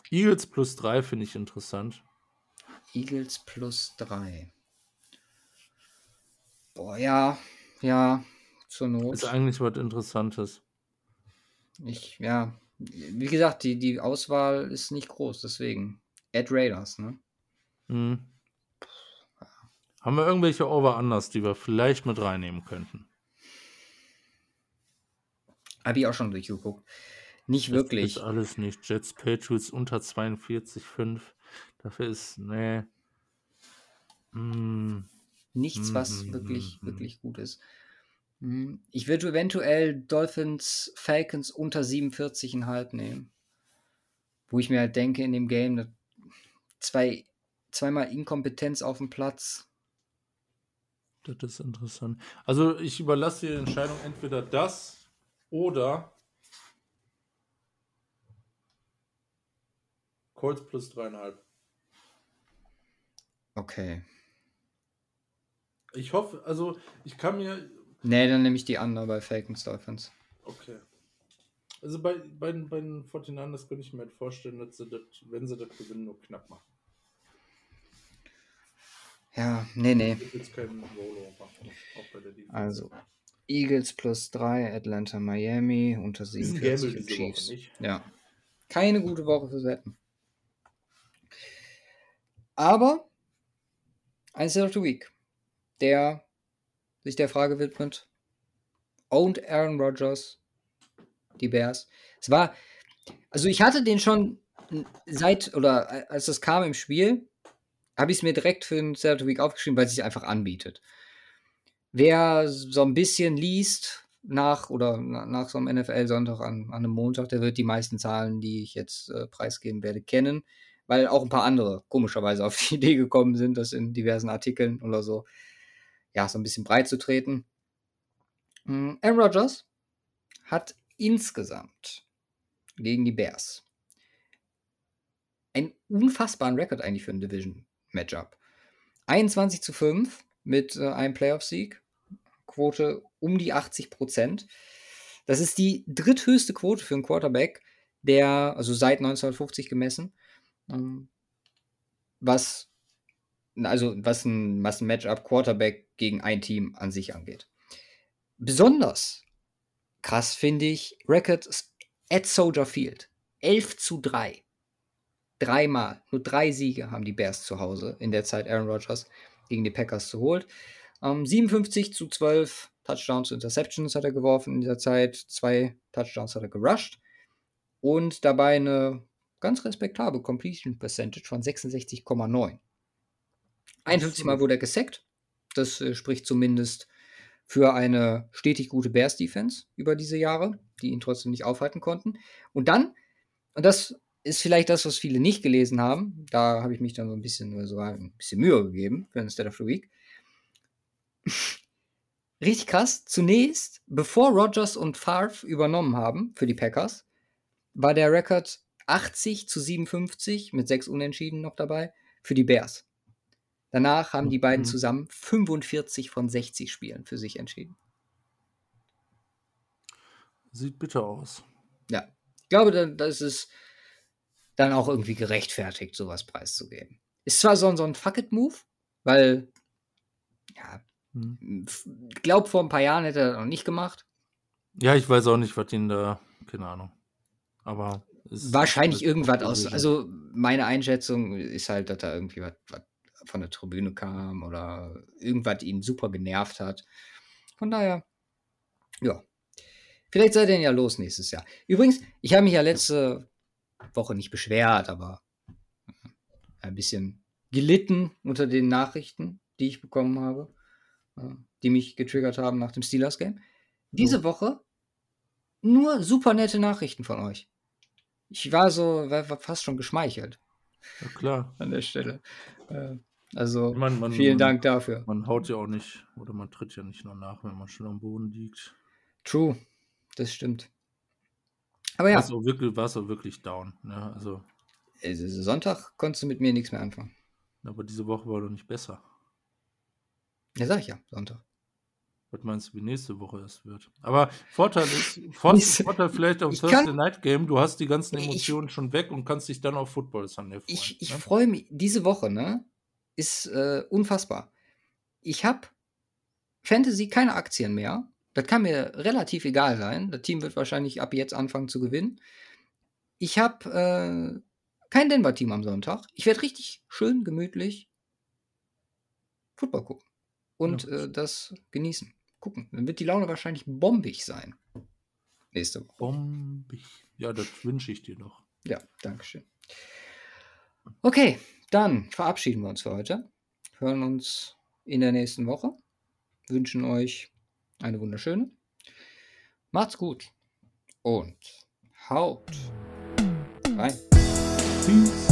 Eagles plus drei finde ich interessant. Eagles plus drei. Boah, ja, ja, zur Not. Ist eigentlich was Interessantes. Ich, ja, wie gesagt, die, die Auswahl ist nicht groß, deswegen. At Raiders, ne? Hm. Haben wir irgendwelche Over-Unders, die wir vielleicht mit reinnehmen könnten? Habe ich auch schon durchgeguckt. Nicht Das wirklich. ist alles nicht. Jets, Patriots unter zweiundvierzig Komma fünf. Dafür ist, nee. Hm. Nichts, was Hm, wirklich, hm, hm. wirklich gut ist. Hm, Ich würde eventuell Dolphins, Falcons unter siebenundvierzig Komma fünf nehmen. Wo ich mir halt denke, in dem Game, da- zwei, zweimal Inkompetenz auf dem Platz. Das ist interessant. Also ich überlasse dir die Entscheidung, entweder das oder Colts plus dreieinhalb. Okay. Ich hoffe, also ich kann mir. Nee, dann nehme ich die andere bei Falcons Dolphins. Okay. Also bei, bei, den- bei den forty-niners könnte ich mir halt vorstellen, dass sie das, wenn sie das gewinnen, nur knapp machen. Ja, nee, nee. Es gibt jetzt keinen Rollover, auch bei der Defense. Also, Eagles plus drei, Atlanta, Miami, unter Ist ein Gamble siebenundvierzig diese Chiefs. Woche nicht. Ja. Keine gute Woche fürs Wetten. Aber ein Set of the Week, der sich der Frage widmet, owned Aaron Rodgers die Bears? Es war, also ich hatte den schon seit, oder als das kam im Spiel, habe ich es mir direkt für den Set of the Week aufgeschrieben, weil es sich einfach anbietet. Wer so ein bisschen liest nach oder nach so einem N F L-Sonntag an, an einem Montag, der wird die meisten Zahlen, die ich jetzt äh, preisgeben werde, kennen, weil auch ein paar andere komischerweise auf die Idee gekommen sind, das in diversen Artikeln oder so, ja, so ein bisschen breit zu treten. Aaron Rodgers hat insgesamt gegen die Bears einen unfassbaren Rekord eigentlich für ein Division-Matchup. einundzwanzig zu fünf mit äh, einem Playoff-Sieg. Quote um die achtzig Prozent. Das ist die dritthöchste Quote für einen Quarterback, der, also seit neunzehnhundertfünfzig gemessen, ähm, was, also was ein, was ein Matchup Quarterback gegen ein Team an sich angeht. Besonders krass finde ich Record at Soldier Field. elf zu drei. Dreimal, nur drei Siege haben die Bears zu Hause in der Zeit Aaron Rodgers gegen die Packers geholt. Ähm, siebenundfünfzig zu zwölf Touchdowns, Interceptions hat er geworfen in dieser Zeit. Zwei Touchdowns hat er gerusht. Und dabei eine ganz respektable Completion Percentage von sechsundsechzig Komma neun. einundfünfzig Mal wurde er gesackt. Das äh, spricht zumindest für eine stetig gute Bears-Defense über diese Jahre, die ihn trotzdem nicht aufhalten konnten. Und dann, und das ist vielleicht das, was viele nicht gelesen haben, da habe ich mich dann so ein bisschen, so ein bisschen Mühe gegeben für den State of the Week. Richtig krass. Zunächst, bevor Rodgers und Favre übernommen haben für die Packers, war der Rekord achtzig zu siebenundfünfzig mit sechs Unentschieden noch dabei für die Bears. Danach haben die beiden Mhm. zusammen fünfundvierzig von sechzig Spielen für sich entschieden. Sieht bitter aus. Ja, ich glaube, da, das ist dann auch irgendwie gerechtfertigt, sowas preiszugeben. Ist zwar so, so ein Fuck-it-Move, weil, ja, Mhm. ich glaube, vor ein paar Jahren hätte er das noch nicht gemacht. Ja, ich weiß auch nicht, was ihn da, keine Ahnung. Aber es Wahrscheinlich ist irgendwas aus, also meine Einschätzung ist halt, dass da irgendwie was, was von der Tribüne kam oder irgendwas ihn super genervt hat. Von daher, ja. Vielleicht seid ihr denn ja los nächstes Jahr. Übrigens, ich habe mich ja letzte Woche nicht beschwert, aber ein bisschen gelitten unter den Nachrichten, die ich bekommen habe, die mich getriggert haben nach dem Steelers-Game. Diese Ja. Woche nur super nette Nachrichten von euch. Ich war so, war, war fast schon geschmeichelt. Ja, klar. An der Stelle. Äh, also, Man, man, vielen man, Dank dafür. Man haut ja auch nicht, oder man tritt ja nicht nur nach, wenn man schon am Boden liegt. True, das stimmt. Aber ja. Warst auch wirklich, warst auch wirklich down. Ne? Also, Sonntag konntest du mit mir nichts mehr anfangen. aber diese Woche war doch nicht besser. Ja, sag ich ja, Sonntag. Was meinst du, wie nächste Woche es wird? Aber Vorteil ist, Vor Vorteil vielleicht am Ich Thursday kann, Night Game, du hast die ganzen ich, Emotionen schon weg und kannst dich dann auf Football Sunday freuen. ich, ich Ne? freue mich, diese Woche, ne, ist äh, unfassbar. Ich habe Fantasy keine Aktien mehr. Das kann mir relativ egal sein. Das Team wird wahrscheinlich ab jetzt anfangen zu gewinnen. Ich habe äh, kein Denver-Team am Sonntag. Ich werde richtig schön gemütlich Football gucken und Ja. äh, das genießen. Gucken. Dann wird die Laune wahrscheinlich bombig sein. Nächste Woche. Bombig. Ja, das wünsche ich dir noch. Ja, Dankeschön. Okay, dann verabschieden wir uns für heute. Hören uns in der nächsten Woche. Wünschen euch eine wunderschöne. Macht's gut und haut rein. Peace.